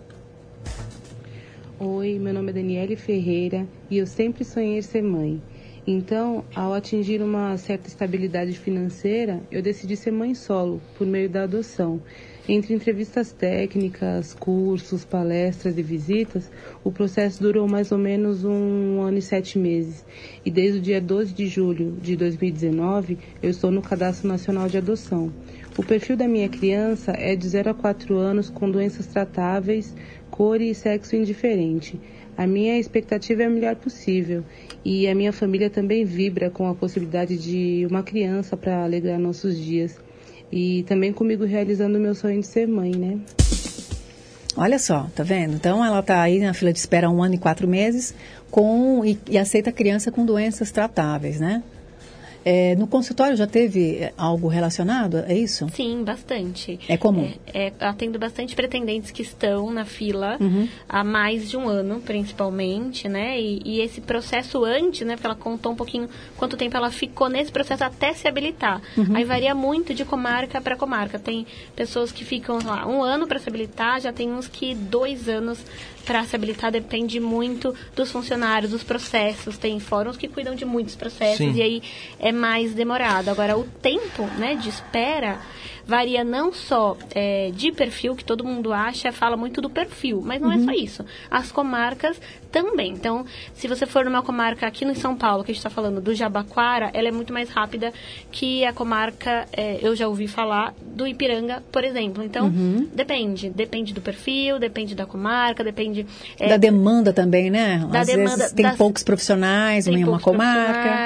Oi, meu nome é Daniele Ferreira e eu sempre sonhei ser mãe. Então, ao atingir uma certa estabilidade financeira, eu decidi ser mãe solo, por meio da adoção. Entre entrevistas técnicas, cursos, palestras e visitas, o processo durou mais ou menos 1 ano e 7 meses. E desde o dia 12 de julho de 2019, eu estou no Cadastro Nacional de Adoção. O perfil da minha criança é de 0 a 4 anos com doenças tratáveis, cor e sexo indiferente. A minha expectativa é a melhor possível e a minha família também vibra com a possibilidade de uma criança para alegrar nossos dias. E também comigo realizando o meu sonho de ser mãe, né? Olha só, tá vendo? Então ela tá aí na fila de espera há 1 ano e 4 meses e aceita a criança com doenças tratáveis, né? No consultório já teve algo relacionado? É isso? Sim, bastante. É comum? Atendo bastante pretendentes que estão na fila há mais de 1 ano, principalmente, né? E esse processo antes, né? Porque ela contou um pouquinho quanto tempo ela ficou nesse processo até se habilitar. Aí varia muito de comarca para comarca. Tem pessoas que ficam lá 1 ano para se habilitar, já tem uns que 2 anos para se habilitar, depende muito dos funcionários, dos processos. Tem fóruns que cuidam de muitos processos. Sim. E aí é mais demorado. Agora, o tempo, né, de espera varia não só de perfil, que todo mundo fala muito do perfil, mas não é só isso. As comarcas também. Então, se você for numa comarca aqui no São Paulo, que a gente está falando do Jabaquara, ela é muito mais rápida que a comarca, eu já ouvi falar, do Ipiranga, por exemplo. Então, depende do perfil, depende da comarca, depende... da demanda também, né? Às vezes tem poucos profissionais em uma comarca.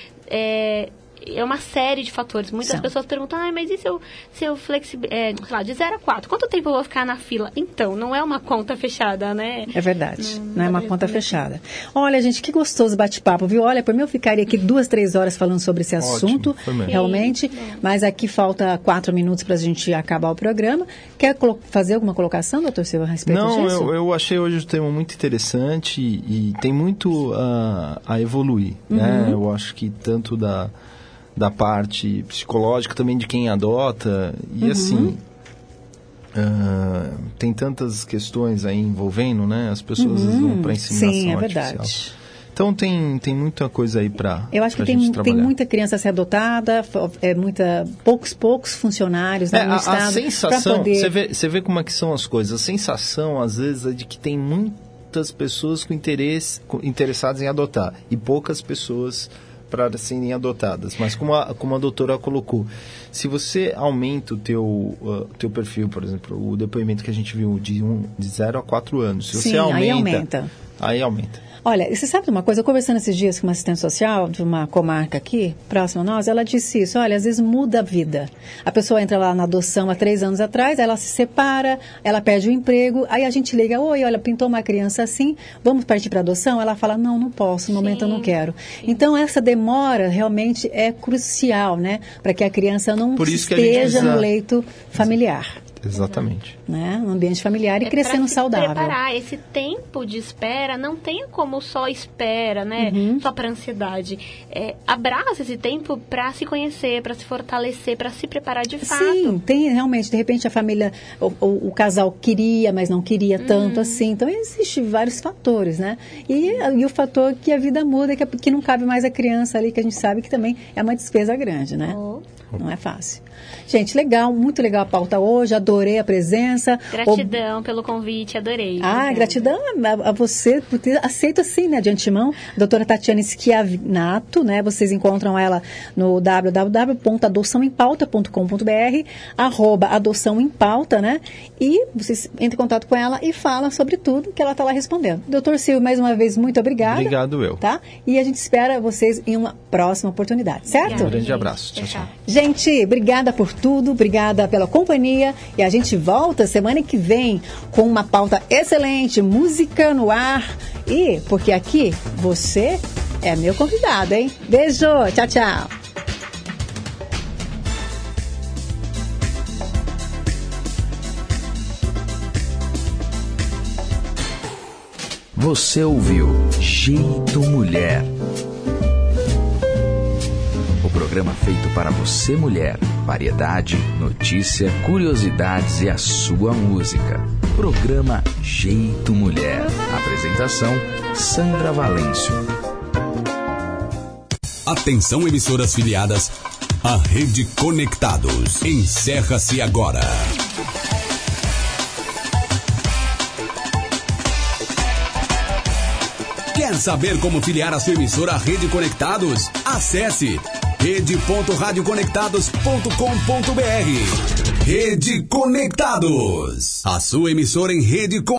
É uma série de fatores. Muitas pessoas perguntam, mas e se eu sei lá, de 0 a 4, quanto tempo eu vou ficar na fila? Então, não é uma conta fechada, né? É verdade, não é uma conta fechada. Olha, gente, que gostoso bate-papo, viu? Olha, por mim eu ficaria aqui 2, 3 horas falando sobre esse assunto, realmente, mas aqui falta 4 minutos para a gente acabar o programa. Quer fazer alguma colocação, doutor Silva, a respeito disso? Não, eu achei hoje o tema muito interessante e tem muito a evoluir, né? Eu acho que tanto da parte psicológica também de quem adota e assim tem tantas questões aí envolvendo, né, as pessoas vão para inseminação artificial. Verdade. Então tem muita coisa aí para eu acho que tem muita criança a ser adotada, poucos funcionários no estado. A sensação, você vê como é que são as coisas. A sensação às vezes é de que tem muitas pessoas interessadas em adotar e poucas pessoas para serem adotadas, mas como a doutora colocou, se você aumenta o teu perfil, por exemplo, o depoimento que a gente viu de 0 a 4 anos, se você aumenta. Aí aumenta. Olha, você sabe de uma coisa? Eu conversando esses dias com uma assistente social de uma comarca aqui, próxima a nós, ela disse isso, olha, às vezes muda a vida. A pessoa entra lá na adoção há 3 anos atrás, ela se separa, ela perde o emprego, aí a gente liga, oi, olha, pintou uma criança assim, vamos partir para adoção? Ela fala, não posso, no momento eu não quero. Então, essa demora realmente é crucial, né? Para que a criança não esteja no leito familiar. Exatamente. Né? No ambiente familiar e crescendo saudável. Preparar esse tempo de espera, não tenha como só espera, né? Só para ansiedade. Abraça esse tempo para se conhecer, para se fortalecer, para se preparar de fato. Sim, tem realmente, de repente a família, o casal queria, mas não queria tanto assim. Então, existem vários fatores, né? E o fator que a vida muda, que não cabe mais a criança ali, que a gente sabe que também é uma despesa grande, né? Não é fácil. Gente, legal, muito legal a pauta hoje. Adorei adorei a presença. Gratidão pelo convite, adorei. Obrigada. Gratidão a você por ter aceito assim, né, de antemão. A doutora Tatiana Schiavinato, né, vocês encontram ela no www.adoçãoempauta.com.br, @adoçãoempauta, né, e vocês entram em contato com ela e falam sobre tudo que ela está lá respondendo. Doutor Silvio, mais uma vez, muito obrigada. Obrigado eu. Tá? E a gente espera vocês em uma próxima oportunidade, certo? Um grande abraço. Tchau, tchau. Gente, obrigada por tudo, obrigada pela companhia e a gente volta semana que vem com uma pauta excelente, música no ar e porque aqui você é meu convidado, hein? Beijo, tchau, tchau. Você ouviu Jeito Mulher. O programa feito para você, mulher. Variedade, notícia, curiosidades e a sua música. Programa Jeito Mulher. Apresentação, Sandra Valêncio. Atenção, emissoras filiadas à Rede Conectados. Encerra-se agora. Quer saber como filiar a sua emissora à Rede Conectados? Acesse rede.radioconectados.com.br. Rede Conectados, a sua emissora em rede com